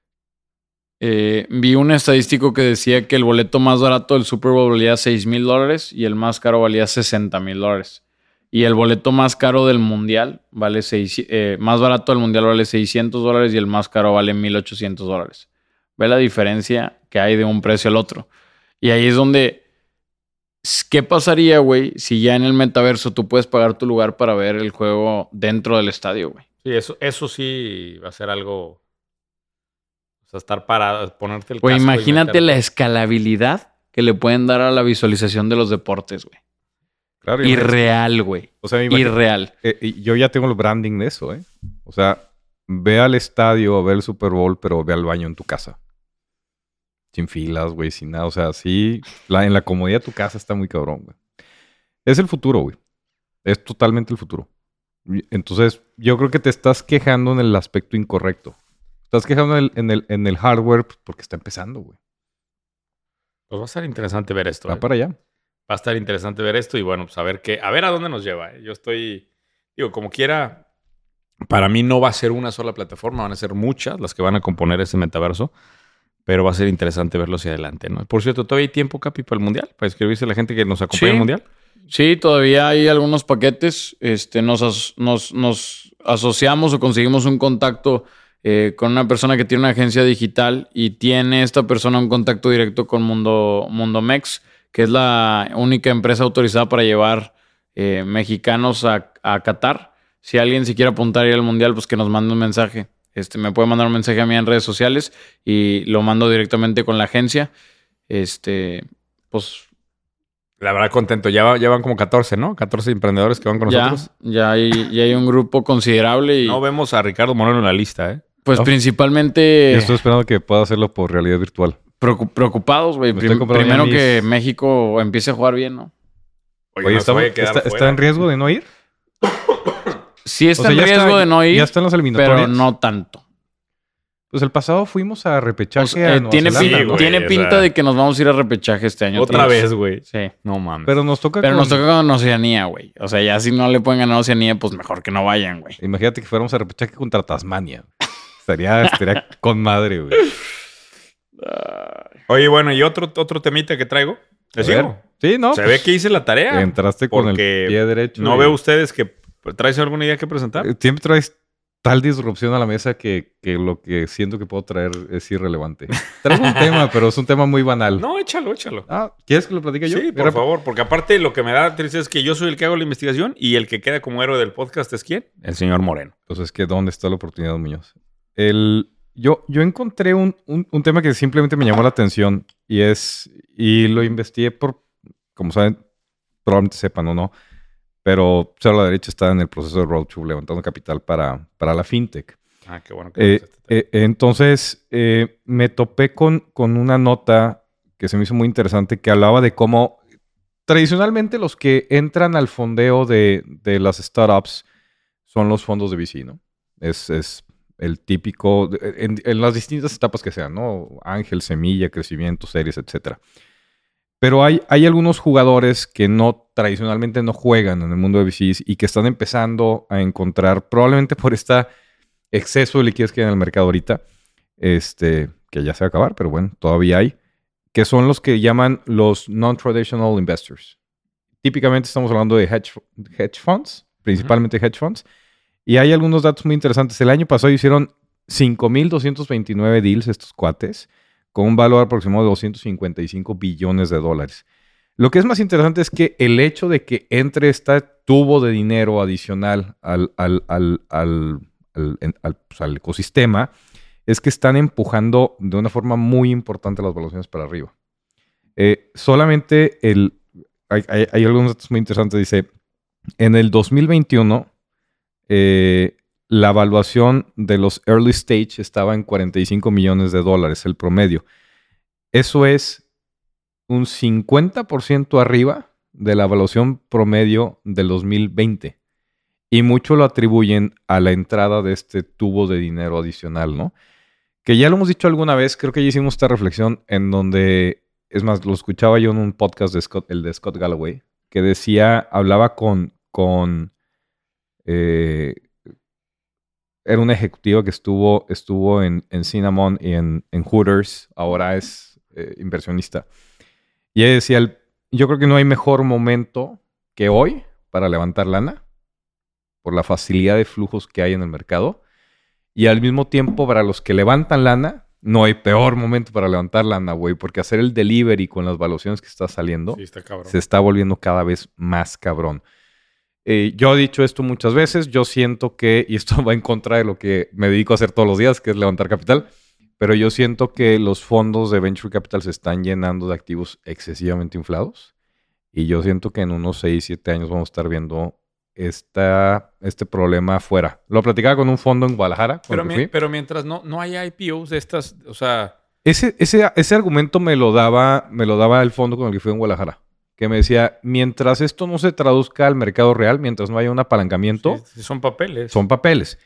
Vi un estadístico que decía que el boleto más barato del Super Bowl valía $6,000 y el más caro valía $60,000. Y el boleto más caro del Mundial vale más barato del Mundial vale $600 y el más caro vale $1,800. Ve la diferencia que hay de un precio al otro. Y ahí es donde... ¿Qué pasaría, güey, si ya en el metaverso tú puedes pagar tu lugar para ver el juego dentro del estadio, güey? Sí, eso sí va a ser algo... O sea, estar parado, ponerte el Güey, casco y imagínate meterte. la escalabilidad que le pueden dar a la visualización de los deportes, güey. Claro, Irreal, güey. O sea, me imagino- Irreal. y yo ya tengo el branding de eso, ¿eh? O sea, ve al estadio, ve el Super Bowl, pero ve al baño en tu casa. Sin filas, güey, sin nada. O sea, sí, en la comodidad de tu casa está muy cabrón, güey. Es el futuro, güey. Es totalmente el futuro. Entonces, yo creo que te estás quejando en el aspecto incorrecto. Estás quejando en el hardware porque está empezando, güey. Pues va a estar interesante ver esto. Va para allá. Va a estar interesante ver esto y bueno, pues a ver a dónde nos lleva. Yo estoy, digo, como quiera, para mí no va a ser una sola plataforma, van a ser muchas las que van a componer ese metaverso, pero va a ser interesante verlo hacia adelante, ¿no? Por cierto, ¿todavía hay tiempo, Capi, para el Mundial? ¿Para inscribirse a la gente que nos acompaña Sí. al Mundial? Sí, todavía hay algunos paquetes. Nos asociamos o conseguimos un contacto con una persona que tiene una agencia digital y tiene esta persona un contacto directo con Mundo Mex, que es la única empresa autorizada para llevar mexicanos a Qatar. Si alguien se quiere apuntar a ir al Mundial, pues que nos mande un mensaje. Me puede mandar un mensaje a mí en redes sociales y lo mando directamente con la agencia. Pues La verdad, contento. Ya van como 14, ¿no? 14 emprendedores que van con nosotros. ya hay un grupo considerable y No vemos a Ricardo Moreno en la lista, ¿eh? pues No. principalmente Yo estoy esperando que pueda hacerlo por realidad virtual. preocupados, güey. Me estoy comprando Primero ya mis- que México empiece a jugar bien, ¿no? Oye, Oye, no se vaya a quedar ¿está fuera. en riesgo de no ir? Sí está O sea, en ya riesgo está- de no ir, Ya están las eliminatorias. pero no tanto. Pues el pasado fuimos a repechaje O sea, a Nueva tiene Zelanda, sí, ¿no? güey, tiene o pinta sea, de que nos vamos a ir a repechaje este año. Otra vez. vez, güey. Sí. No mames. Pero nos toca Pero con- nos toca con Oceanía, güey. O sea, ya si no le pueden ganar a Oceanía, pues mejor que no vayan, güey. Imagínate que fuéramos a repechaje contra Tasmania. Estaría con madre, güey. Oye, bueno, y otro temita que traigo. ¿Le sigo? Sí, ¿no? Se ve que hice la tarea. Entraste con el pie derecho. No veo ustedes que traes alguna idea que presentar. Siempre traes tal disrupción a la mesa que lo que siento que puedo traer es irrelevante. Traigo un tema, pero es un tema muy banal. No, échalo. ¿Quieres que lo platique yo? Sí, por favor. Porque aparte lo que me da tristeza es que yo soy el que hago la investigación y el que queda como héroe del podcast es ¿quién? El señor Moreno. Pues es que ¿dónde está la oportunidad, Muñoz? Yo encontré un tema que simplemente me llamó la atención y lo investigué por, como saben, probablemente sepan o no, pero Cero a la Derecha está en el proceso de Roadshow levantando capital para la fintech. Ah, qué bueno. Que entonces, me topé con una nota que se me hizo muy interesante que hablaba de cómo tradicionalmente los que entran al fondeo de las startups son los fondos de VC, ¿no? Es el típico, en las distintas etapas que sean, ¿no? Ángel, semilla, crecimiento, series, etcétera. Pero hay algunos jugadores que tradicionalmente no juegan en el mundo de VCs y que están empezando a encontrar, probablemente por este exceso de liquidez que hay en el mercado ahorita, que ya se va a acabar, pero bueno, todavía hay, que son los que llaman los non-traditional investors. Típicamente estamos hablando de hedge funds, principalmente hedge funds, y hay algunos datos muy interesantes. El año pasado hicieron 5,229 deals estos cuates, con un valor aproximado de $255 billones. Lo que es más interesante es que el hecho de que entre este tubo de dinero adicional al ecosistema es que están empujando de una forma muy importante las valuaciones para arriba. Solamente hay algunos datos muy interesantes. Dice, en el 2021, la evaluación de los early stage estaba en $45 millones, el promedio. Eso es un 50% arriba de la evaluación promedio del 2020. Y mucho lo atribuyen a la entrada de este tubo de dinero adicional, ¿no? Que ya lo hemos dicho alguna vez, creo que ya hicimos esta reflexión en donde, es más, lo escuchaba yo en un podcast el de Scott Galloway, que decía, hablaba era un ejecutivo que estuvo en Cinnamon y en Hooters, ahora es inversionista. Y ella decía, yo creo que no hay mejor momento que hoy para levantar lana, por la facilidad de flujos que hay en el mercado. Y al mismo tiempo, para los que levantan lana, no hay peor momento para levantar lana, güey, porque hacer el delivery con las valuaciones que está saliendo se está volviendo cada vez más cabrón. Yo he dicho esto muchas veces, yo siento que, y esto va en contra de lo que me dedico a hacer todos los días, que es levantar capital, pero yo siento que los fondos de Venture Capital se están llenando de activos excesivamente inflados y yo siento que en unos 6, 7 años vamos a estar viendo este problema afuera. Lo platicaba con un fondo en Guadalajara. Pero mientras no hay IPOs de estas, o sea... Ese argumento me lo daba el fondo con el que fui en Guadalajara. Que me decía, mientras esto no se traduzca al mercado real, mientras no haya un apalancamiento... Sí, son papeles. Son papeles.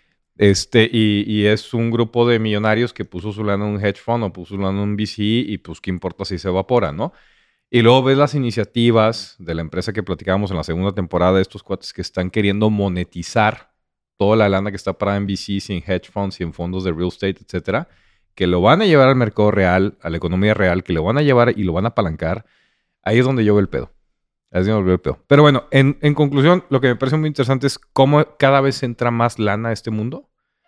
Y es un grupo de millonarios que puso su lana en un hedge fund o puso su lana en un VC y pues qué importa si se evapora, ¿no? Y luego ves las iniciativas de la empresa que platicábamos en la segunda temporada de estos cuates que están queriendo monetizar toda la lana que está parada en VCs y en hedge funds y en fondos de real estate, etcétera, que lo van a llevar al mercado real, a la economía real, que lo van a llevar y lo van a apalancar. Ahí es donde yo veo el pedo. Pero bueno, en conclusión, lo que me parece muy interesante es cómo cada vez entra más lana a este mundo.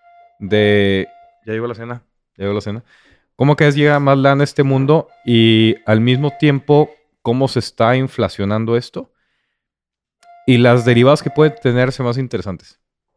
Ya llegó la cena. Cómo cada vez llega más lana a este mundo y al mismo tiempo cómo se está inflacionando esto. Y las derivadas que puede tenerse más interesantes.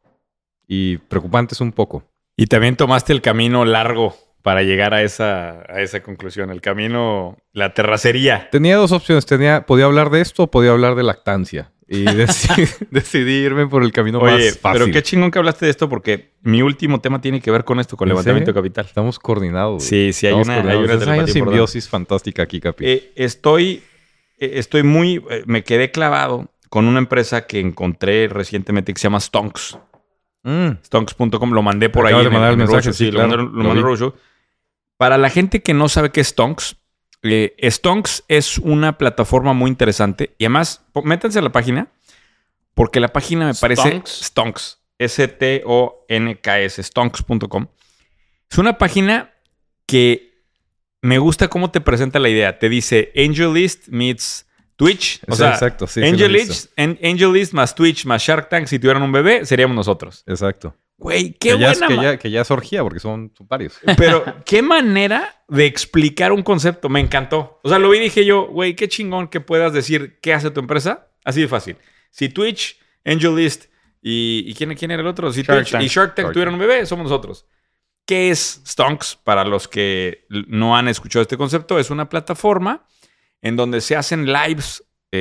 Y preocupantes un poco. Y también tomaste el camino largo para llegar a esa conclusión. El camino, la terracería. Tenía dos opciones. Podía hablar de esto o podía hablar de lactancia. Y decidí irme por el camino más fácil. Pero qué chingón que hablaste de esto porque mi último tema tiene que ver con esto, con levantamiento de capital. Estamos coordinados. Sí, hay una simbiosis fantástica aquí, Capi. Me quedé clavado con una empresa que encontré recientemente que se llama Stonks. Stonks.com, lo mandé por ahí. Acabo de mandar el mensaje, sí, claro. Lo mandé Roadshow. Para la gente que no sabe qué es Stonks, Stonks es una plataforma muy interesante. Y además, métanse a la página, porque la página me parece... Stonks. S-T-O-N-K-S. Stonks.com. Es una página que me gusta cómo te presenta la idea. Te dice AngelList meets Twitch. O sea, exacto, sí. AngelList más Twitch más Shark Tank, si tuvieran un bebé, seríamos nosotros. Exacto. Güey, qué buena. Que ya es orgía porque son varios. Pero qué manera de explicar un concepto. Me encantó. O sea, lo vi y dije yo, güey, qué chingón que puedas decir qué hace tu empresa. Así de fácil. Si Twitch, AngelList y ¿quién era el otro? Si Twitch y Shark Tank tuvieran un bebé, somos nosotros. ¿Qué es Stonks? Para los que no han escuchado este concepto, es una plataforma en donde se hacen lives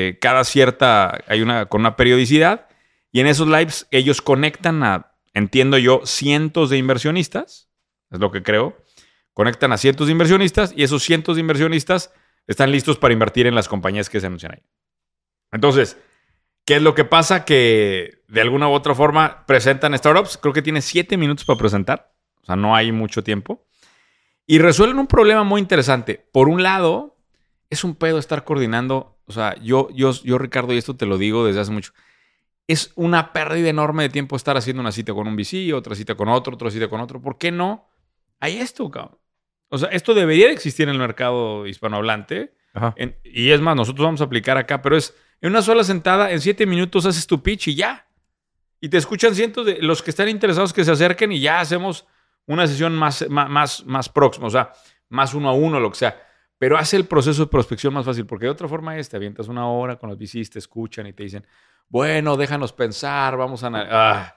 con una periodicidad, y en esos lives ellos conectan entiendo yo, cientos de inversionistas, es lo que creo, conectan a cientos de inversionistas, y esos cientos de inversionistas están listos para invertir en las compañías que se anuncian ahí. Entonces, ¿qué es lo que pasa? Que de alguna u otra forma presentan startups, creo que tiene 7 minutos para presentar, o sea, no hay mucho tiempo, y resuelven un problema muy interesante. Por un lado, es un pedo estar coordinando, o sea, yo Ricardo, y esto te lo digo desde hace mucho, es una pérdida enorme de tiempo estar haciendo una cita con un VC, otra cita con otro, otra cita con otro. ¿Por qué no? Hay esto, cabrón. O sea, esto debería de existir en el mercado hispanohablante. Y es más, nosotros vamos a aplicar acá, pero es en una sola sentada, en 7 minutos haces tu pitch y ya. Y te escuchan cientos de los que están interesados que se acerquen y ya hacemos una sesión más próxima, o sea, más 1 a 1, lo que sea. Pero hace el proceso de prospección más fácil, porque de otra forma te avientas 1 hora con los VCs, te escuchan y te dicen, bueno, déjanos pensar, vamos a...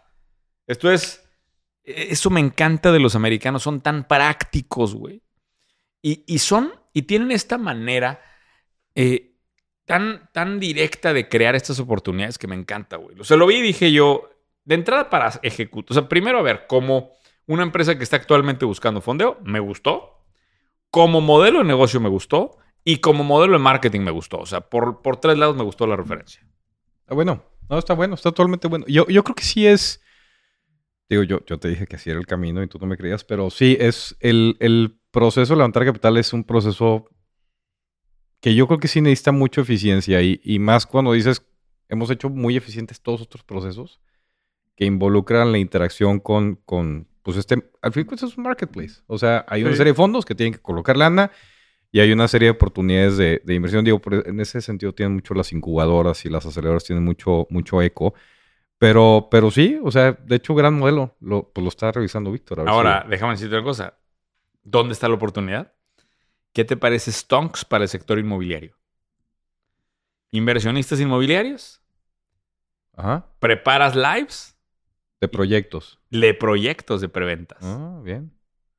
Eso me encanta de los americanos, son tan prácticos, güey. Y tienen esta manera tan directa de crear estas oportunidades que me encanta, güey. O sea, lo vi y dije yo, de entrada para ejecutar. O sea, primero, a ver, como una empresa que está actualmente buscando fondeo, me gustó. Como modelo de negocio me gustó. Y como modelo de marketing me gustó. O sea, por 3 lados me gustó la referencia. Está bueno. No, está bueno. Está totalmente bueno. Yo creo que sí es... Digo, yo te dije que así era el camino y tú no me creías, pero sí es el proceso de levantar capital es un proceso que yo creo que sí necesita mucha eficiencia y más cuando dices, hemos hecho muy eficientes todos otros procesos que involucran la interacción con pues al fin pues es un marketplace. O sea, hay una serie de fondos que tienen que colocar lana y hay una serie de oportunidades de inversión. Digo, en ese sentido tienen mucho las incubadoras y las aceleradoras tienen mucho eco. Pero sí, o sea, de hecho, gran modelo. Pues lo está revisando Víctor. Ahora, déjame decirte una cosa. ¿Dónde está la oportunidad? ¿Qué te parece Stonks para el sector inmobiliario? Inversionistas inmobiliarios. Ajá. Preparas lives. De proyectos. De proyectos de preventas. Ah, bien.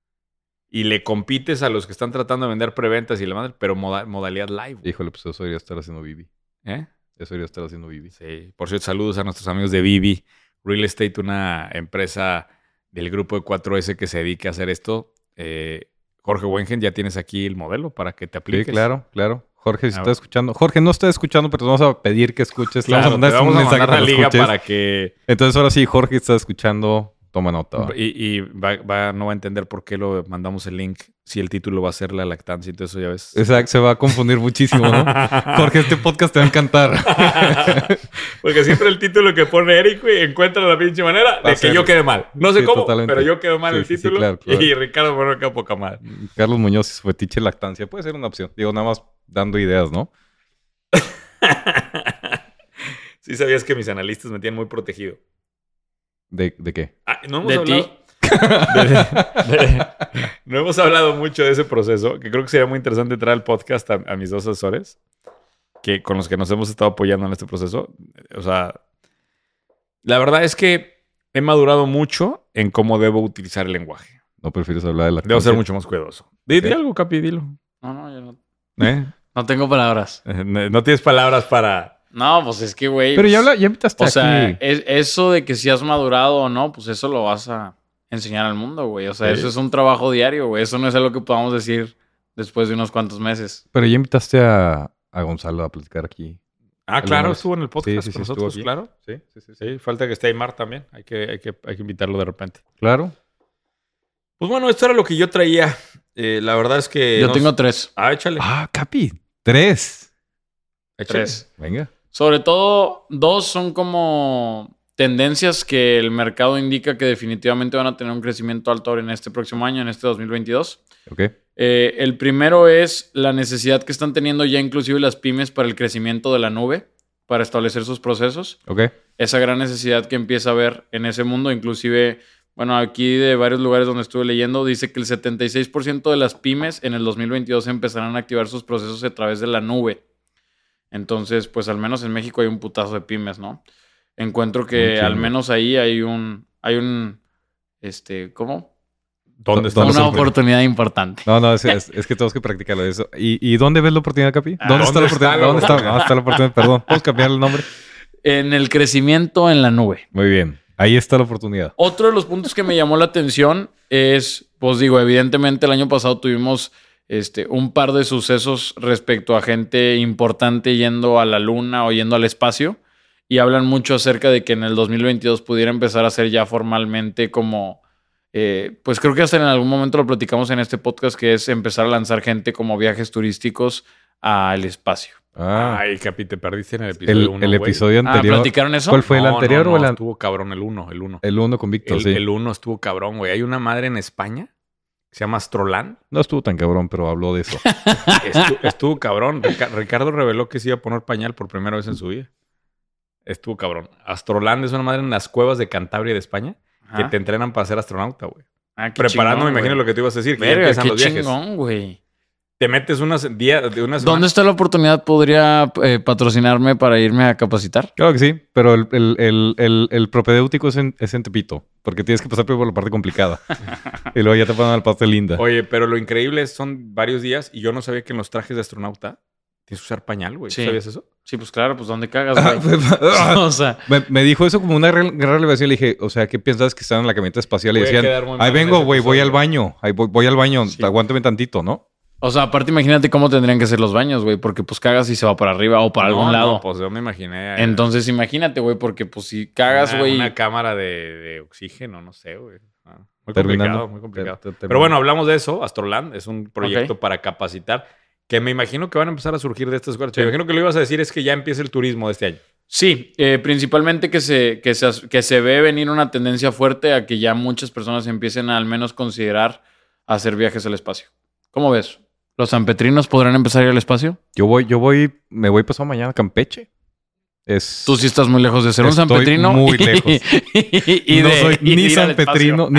Y le compites a los que están tratando de vender preventas y la madre, pero modalidad live. Híjole, pues eso debería estar haciendo Vivi. ¿Eh? Eso debería estar haciendo Vivi. Sí. Por cierto, saludos a nuestros amigos de Vivi Real Estate, una empresa del grupo de 4S que se dedica a hacer esto. Jorge Wengen, ya tienes aquí el modelo para que te apliques. Sí, claro. Jorge, si está escuchando. Jorge no está escuchando, pero te vamos a pedir que escuches. Claro, te vamos a mandar la liga para que... Entonces, ahora sí, Jorge está escuchando. Toma nota. Y no va a entender por qué lo mandamos el link si el título va a ser la lactancia. Entonces eso ya ves. Exacto, se va a confundir muchísimo, ¿no? Jorge, este podcast te va a encantar. Porque siempre el título que pone Eric, güey, encuentra la pinche manera de que yo quede mal. No sé cómo, totalmente. Pero yo quedo mal el título. Claro. Y Ricardo Moreno queda poca mal. Carlos Muñoz y su fetiche lactancia. Puede ser una opción. Digo, nada más dando ideas, ¿no? Sí sabías que mis analistas me tienen muy protegido. ¿De qué? No hemos hablado. No hemos hablado mucho de ese proceso, que creo que sería muy interesante traer al podcast a mis 2 asesores, con los que nos hemos estado apoyando en este proceso. O sea, la verdad es que he madurado mucho en cómo debo utilizar el lenguaje. ¿No prefieres hablar de la Debo ser mucho más cuidadoso. Dile algo, Capi, dilo. No, yo no. No tengo palabras. No tienes palabras para... No, pues es que, güey... Pero ya invitaste aquí. O sea, eso de que si has madurado o no, pues eso lo vas a enseñar al mundo, güey. O sea, eso es un trabajo diario, güey. Eso no es algo que podamos decir después de unos cuantos meses. Pero ya invitaste a Gonzalo a platicar aquí. Claro, estuvo en el podcast con nosotros, claro. Sí. Falta que esté Aymar también. Hay que invitarlo de repente. Claro. Pues bueno, esto era lo que yo traía. La verdad es que... Yo tengo 3. Échale. Capi. 3. Échale. 3. Venga. Sobre todo, 2 son como tendencias que el mercado indica que definitivamente van a tener un crecimiento alto ahora en este próximo año, en este 2022. Ok. El primero es la necesidad que están teniendo ya inclusive las pymes para el crecimiento de la nube, para establecer sus procesos. Ok. Esa gran necesidad que empieza a haber en ese mundo, inclusive, bueno, aquí de varios lugares donde estuve leyendo, dice que el 76% de las pymes en el 2022 empezarán a activar sus procesos a través de la nube. Entonces, pues al menos en México hay un putazo de pymes, ¿no? Encuentro que al menos ahí hay un, ¿cómo? ¿Dónde está? Una oportunidad importante. No, es que tenemos que practicarlo eso. ¿Y dónde ves la oportunidad, Capi? Ah, ¿Dónde está la ¿dónde está oportunidad? la ¿Dónde está? ¿Dónde está la oportunidad? Perdón, ¿puedes cambiar el nombre? En el crecimiento en la nube. Muy bien. Ahí está la oportunidad. Otro de los puntos que me llamó la atención es, pues digo, evidentemente el año pasado tuvimos un par de sucesos respecto a gente importante yendo a la luna o yendo al espacio. Y hablan mucho acerca de que en el 2022 pudiera empezar a ser ya formalmente como... pues creo que hasta en algún momento lo platicamos en este podcast, que es empezar a lanzar gente como viajes turísticos al espacio. Ay, Capi, te perdiste en el episodio 1. El episodio anterior. ¿Platicaron eso? ¿Cuál fue el anterior o el estuvo cabrón el 1. El 1 con Víctor, sí. El 1 estuvo cabrón, güey. Hay una madre en España que se llama Astroland. No estuvo tan cabrón, pero habló de eso. Estuvo cabrón. Ricardo reveló que se iba a poner pañal por primera vez en su vida. Estuvo cabrón. Astroland es una madre en las cuevas de Cantabria de España que te entrenan para ser astronauta, güey. Preparando, me imagino lo que te ibas a decir, que ya empiezan los viajes. Chingón, güey. Te metes unas semana. ¿Dónde está la oportunidad? ¿Podría patrocinarme para irme a capacitar? Claro que sí, pero el propedéutico es en Tepito, porque tienes que pasar por la parte complicada. Y luego ya te ponen a la parte linda. Oye, pero lo increíble son varios días y yo no sabía que en los trajes de astronauta tienes que usar pañal, güey. Sí. ¿Sabías eso? Sí, pues claro, pues ¿dónde cagas, güey? O sea... Me dijo eso como una gran revelación. Le dije, o sea, ¿qué piensas que están en la camioneta espacial? Y decían, ahí vengo, güey, voy al baño. Ahí voy al baño. Sí. Aguántame tantito, ¿no? O sea, aparte imagínate cómo tendrían que ser los baños, güey. Porque pues cagas y se va para arriba o para algún lado. No, pues yo me imaginé. Entonces imagínate, güey, porque pues si cagas, güey... Una cámara de oxígeno, no sé, güey. Muy complicado. Pero bueno, hablamos de eso. Astroland es un proyecto para capacitar que me imagino que van a empezar a surgir de estas cosas. Sí. Me imagino que lo ibas a decir es que ya empieza el turismo de este año. Sí, principalmente que se ve venir una tendencia fuerte a que ya muchas personas empiecen a al menos considerar hacer viajes al espacio. ¿Cómo ves? ¿Los sanpetrinos podrán empezar a ir al espacio? Me voy pasado mañana a Campeche. Tú sí estás muy lejos de ser un sanpetrino. Muy lejos. No soy ni sanpetrino.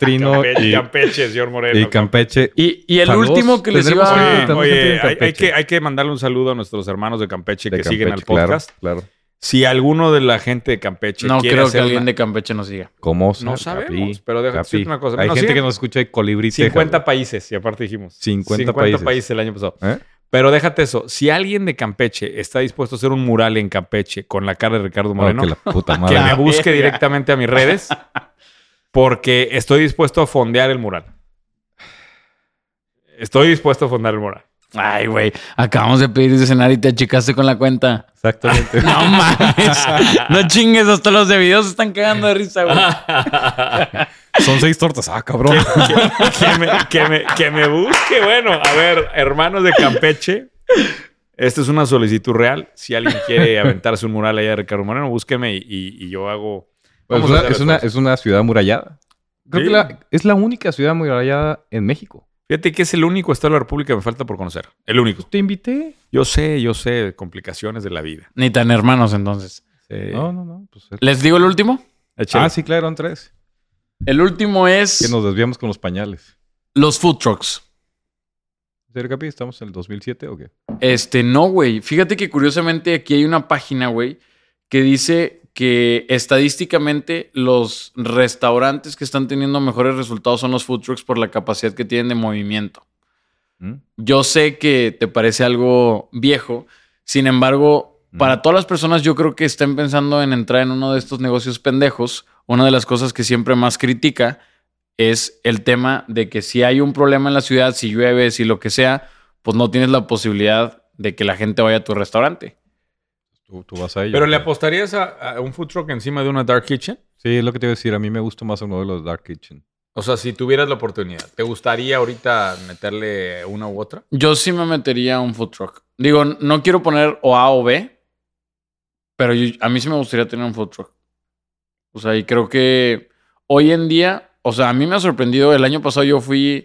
Campeche, señor Moreno. Y Campeche. Y el último que les iba a... Oye, hay que mandarle un saludo a nuestros hermanos de Campeche que siguen al podcast. Claro. Si alguno de la gente de Campeche no quiere creo que alguien de Campeche nos siga. ¿Cómo? No sabemos, pero déjame decirte una cosa. Hay gente que nos escucha de Colibrí, 50 países, y aparte dijimos. 50 países el año pasado. Pero déjate eso. Si alguien de Campeche está dispuesto a hacer un mural en Campeche con la cara de Ricardo Moreno, que me busque directamente a mis redes, porque estoy dispuesto a fondear el mural. Ay, güey, acabamos de pedir de cenar y te achicaste con la cuenta. Exactamente. No mames. No chingues, hasta los de videos se están cagando de risa, güey. Son 6 tortas. Ah, cabrón. Que me busque. Bueno, a ver, hermanos de Campeche, esta es una solicitud real. Si alguien quiere aventarse un mural allá de Ricardo Moreno, búsqueme y yo hago... Es una ciudad amurallada. Creo que es la única ciudad amurallada en México. Fíjate que es el único estado de la República que me falta por conocer. El único. Te invité. Yo sé. Complicaciones de la vida. Ni tan hermanos, entonces. Sí. No. Pues ¿Les digo el último? Échale. Sí, claro, eran 3. El último es... Que nos desviamos con los pañales. Los food trucks. ¿En serio, Capi? ¿Estamos en el 2007 o qué? No, güey. Fíjate que curiosamente aquí hay una página, güey, que dice que estadísticamente los restaurantes que están teniendo mejores resultados son los food trucks por la capacidad que tienen de movimiento. Yo sé que te parece algo viejo, sin embargo, para todas las personas yo creo que estén pensando en entrar en uno de estos negocios pendejos, una de las cosas que siempre más critica es el tema de que si hay un problema en la ciudad, si llueve, si lo que sea, pues no tienes la posibilidad de que la gente vaya a tu restaurante. Tú vas a ello. ¿Pero le apostarías a un food truck encima de una dark kitchen? Sí, es lo que te iba a decir. A mí me gusta más uno de los dark kitchen. O sea, si tuvieras la oportunidad, ¿te gustaría ahorita meterle una u otra? Yo sí me metería a un food truck. Digo, no quiero poner o A o B, pero a mí sí me gustaría tener un food truck. O sea, y creo que hoy en día, o sea, a mí me ha sorprendido. El año pasado yo fui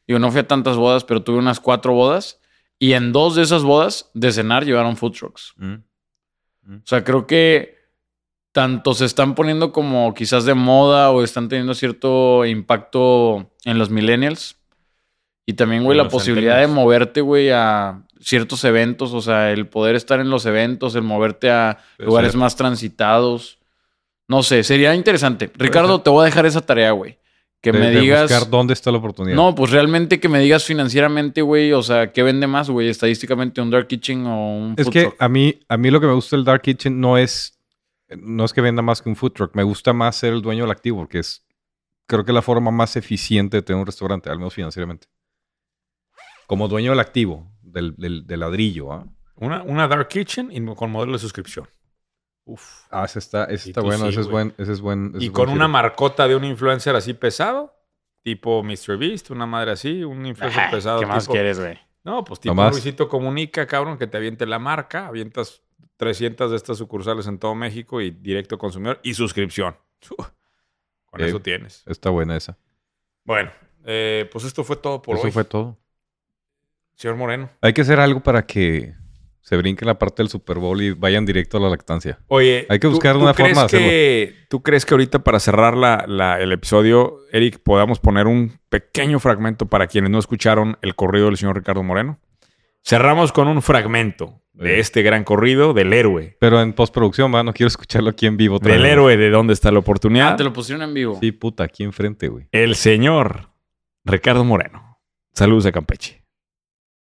Digo, no fui a tantas bodas, pero tuve unas 4 bodas. Y en 2 de esas bodas, de cenar, llevaron food trucks. O sea, creo que tanto se están poniendo como quizás de moda o están teniendo cierto impacto en los millennials. Y también, güey, En la los posibilidad de centennials. moverte, güey, a ciertos eventos. O sea, el poder estar en los eventos, el moverte a Puede lugares ser. más transitados. No sé, sería interesante. Puede Ricardo, ser. te voy a dejar esa tarea, güey. Que me De digas... buscar dónde está la oportunidad. No, pues realmente que me digas financieramente, güey. O sea, ¿qué vende más, güey? Estadísticamente, un Dark Kitchen o un Es food que truck. a mí lo que me gusta del Dark Kitchen no es que venda más que un food truck. Me gusta más ser el dueño del activo, porque creo que es la forma más eficiente de tener un restaurante, al menos financieramente. Como dueño del activo, del ladrillo. ¿Ah? Una Dark Kitchen y con modelo de suscripción. Uf. Ese está Y bueno, tú sí, ese es güey. buen. Ese es buen. ese Y es con buen una giro. marcota de un influencer así pesado, tipo MrBeast, una madre así, un influencer Ajá, pesado. ¿qué más tipo- quieres, güey? No, pues tipo Nomás. Luisito Comunica, cabrón, que te aviente la marca, avientas 300 de estas sucursales en todo México y directo consumidor y suscripción. Con eso tienes. Está buena esa. Bueno, pues esto fue todo por Eso hoy. fue todo. Señor Moreno. Hay que hacer algo para que se brinque la parte del Super Bowl y vayan directo a la lactancia. Oye, Hay que buscar una crees forma de ¿Tú crees que ahorita para cerrar el episodio, Eric, podamos poner un pequeño fragmento para quienes no escucharon el corrido del señor Ricardo Moreno? Cerramos con un fragmento de este gran corrido del héroe. Pero en postproducción, va, no quiero escucharlo aquí en vivo. otra Del vez. héroe de dónde está la oportunidad. Ah, te lo pusieron en vivo. Sí, puta, aquí enfrente, güey. El señor Ricardo Moreno. Saludos de Campeche.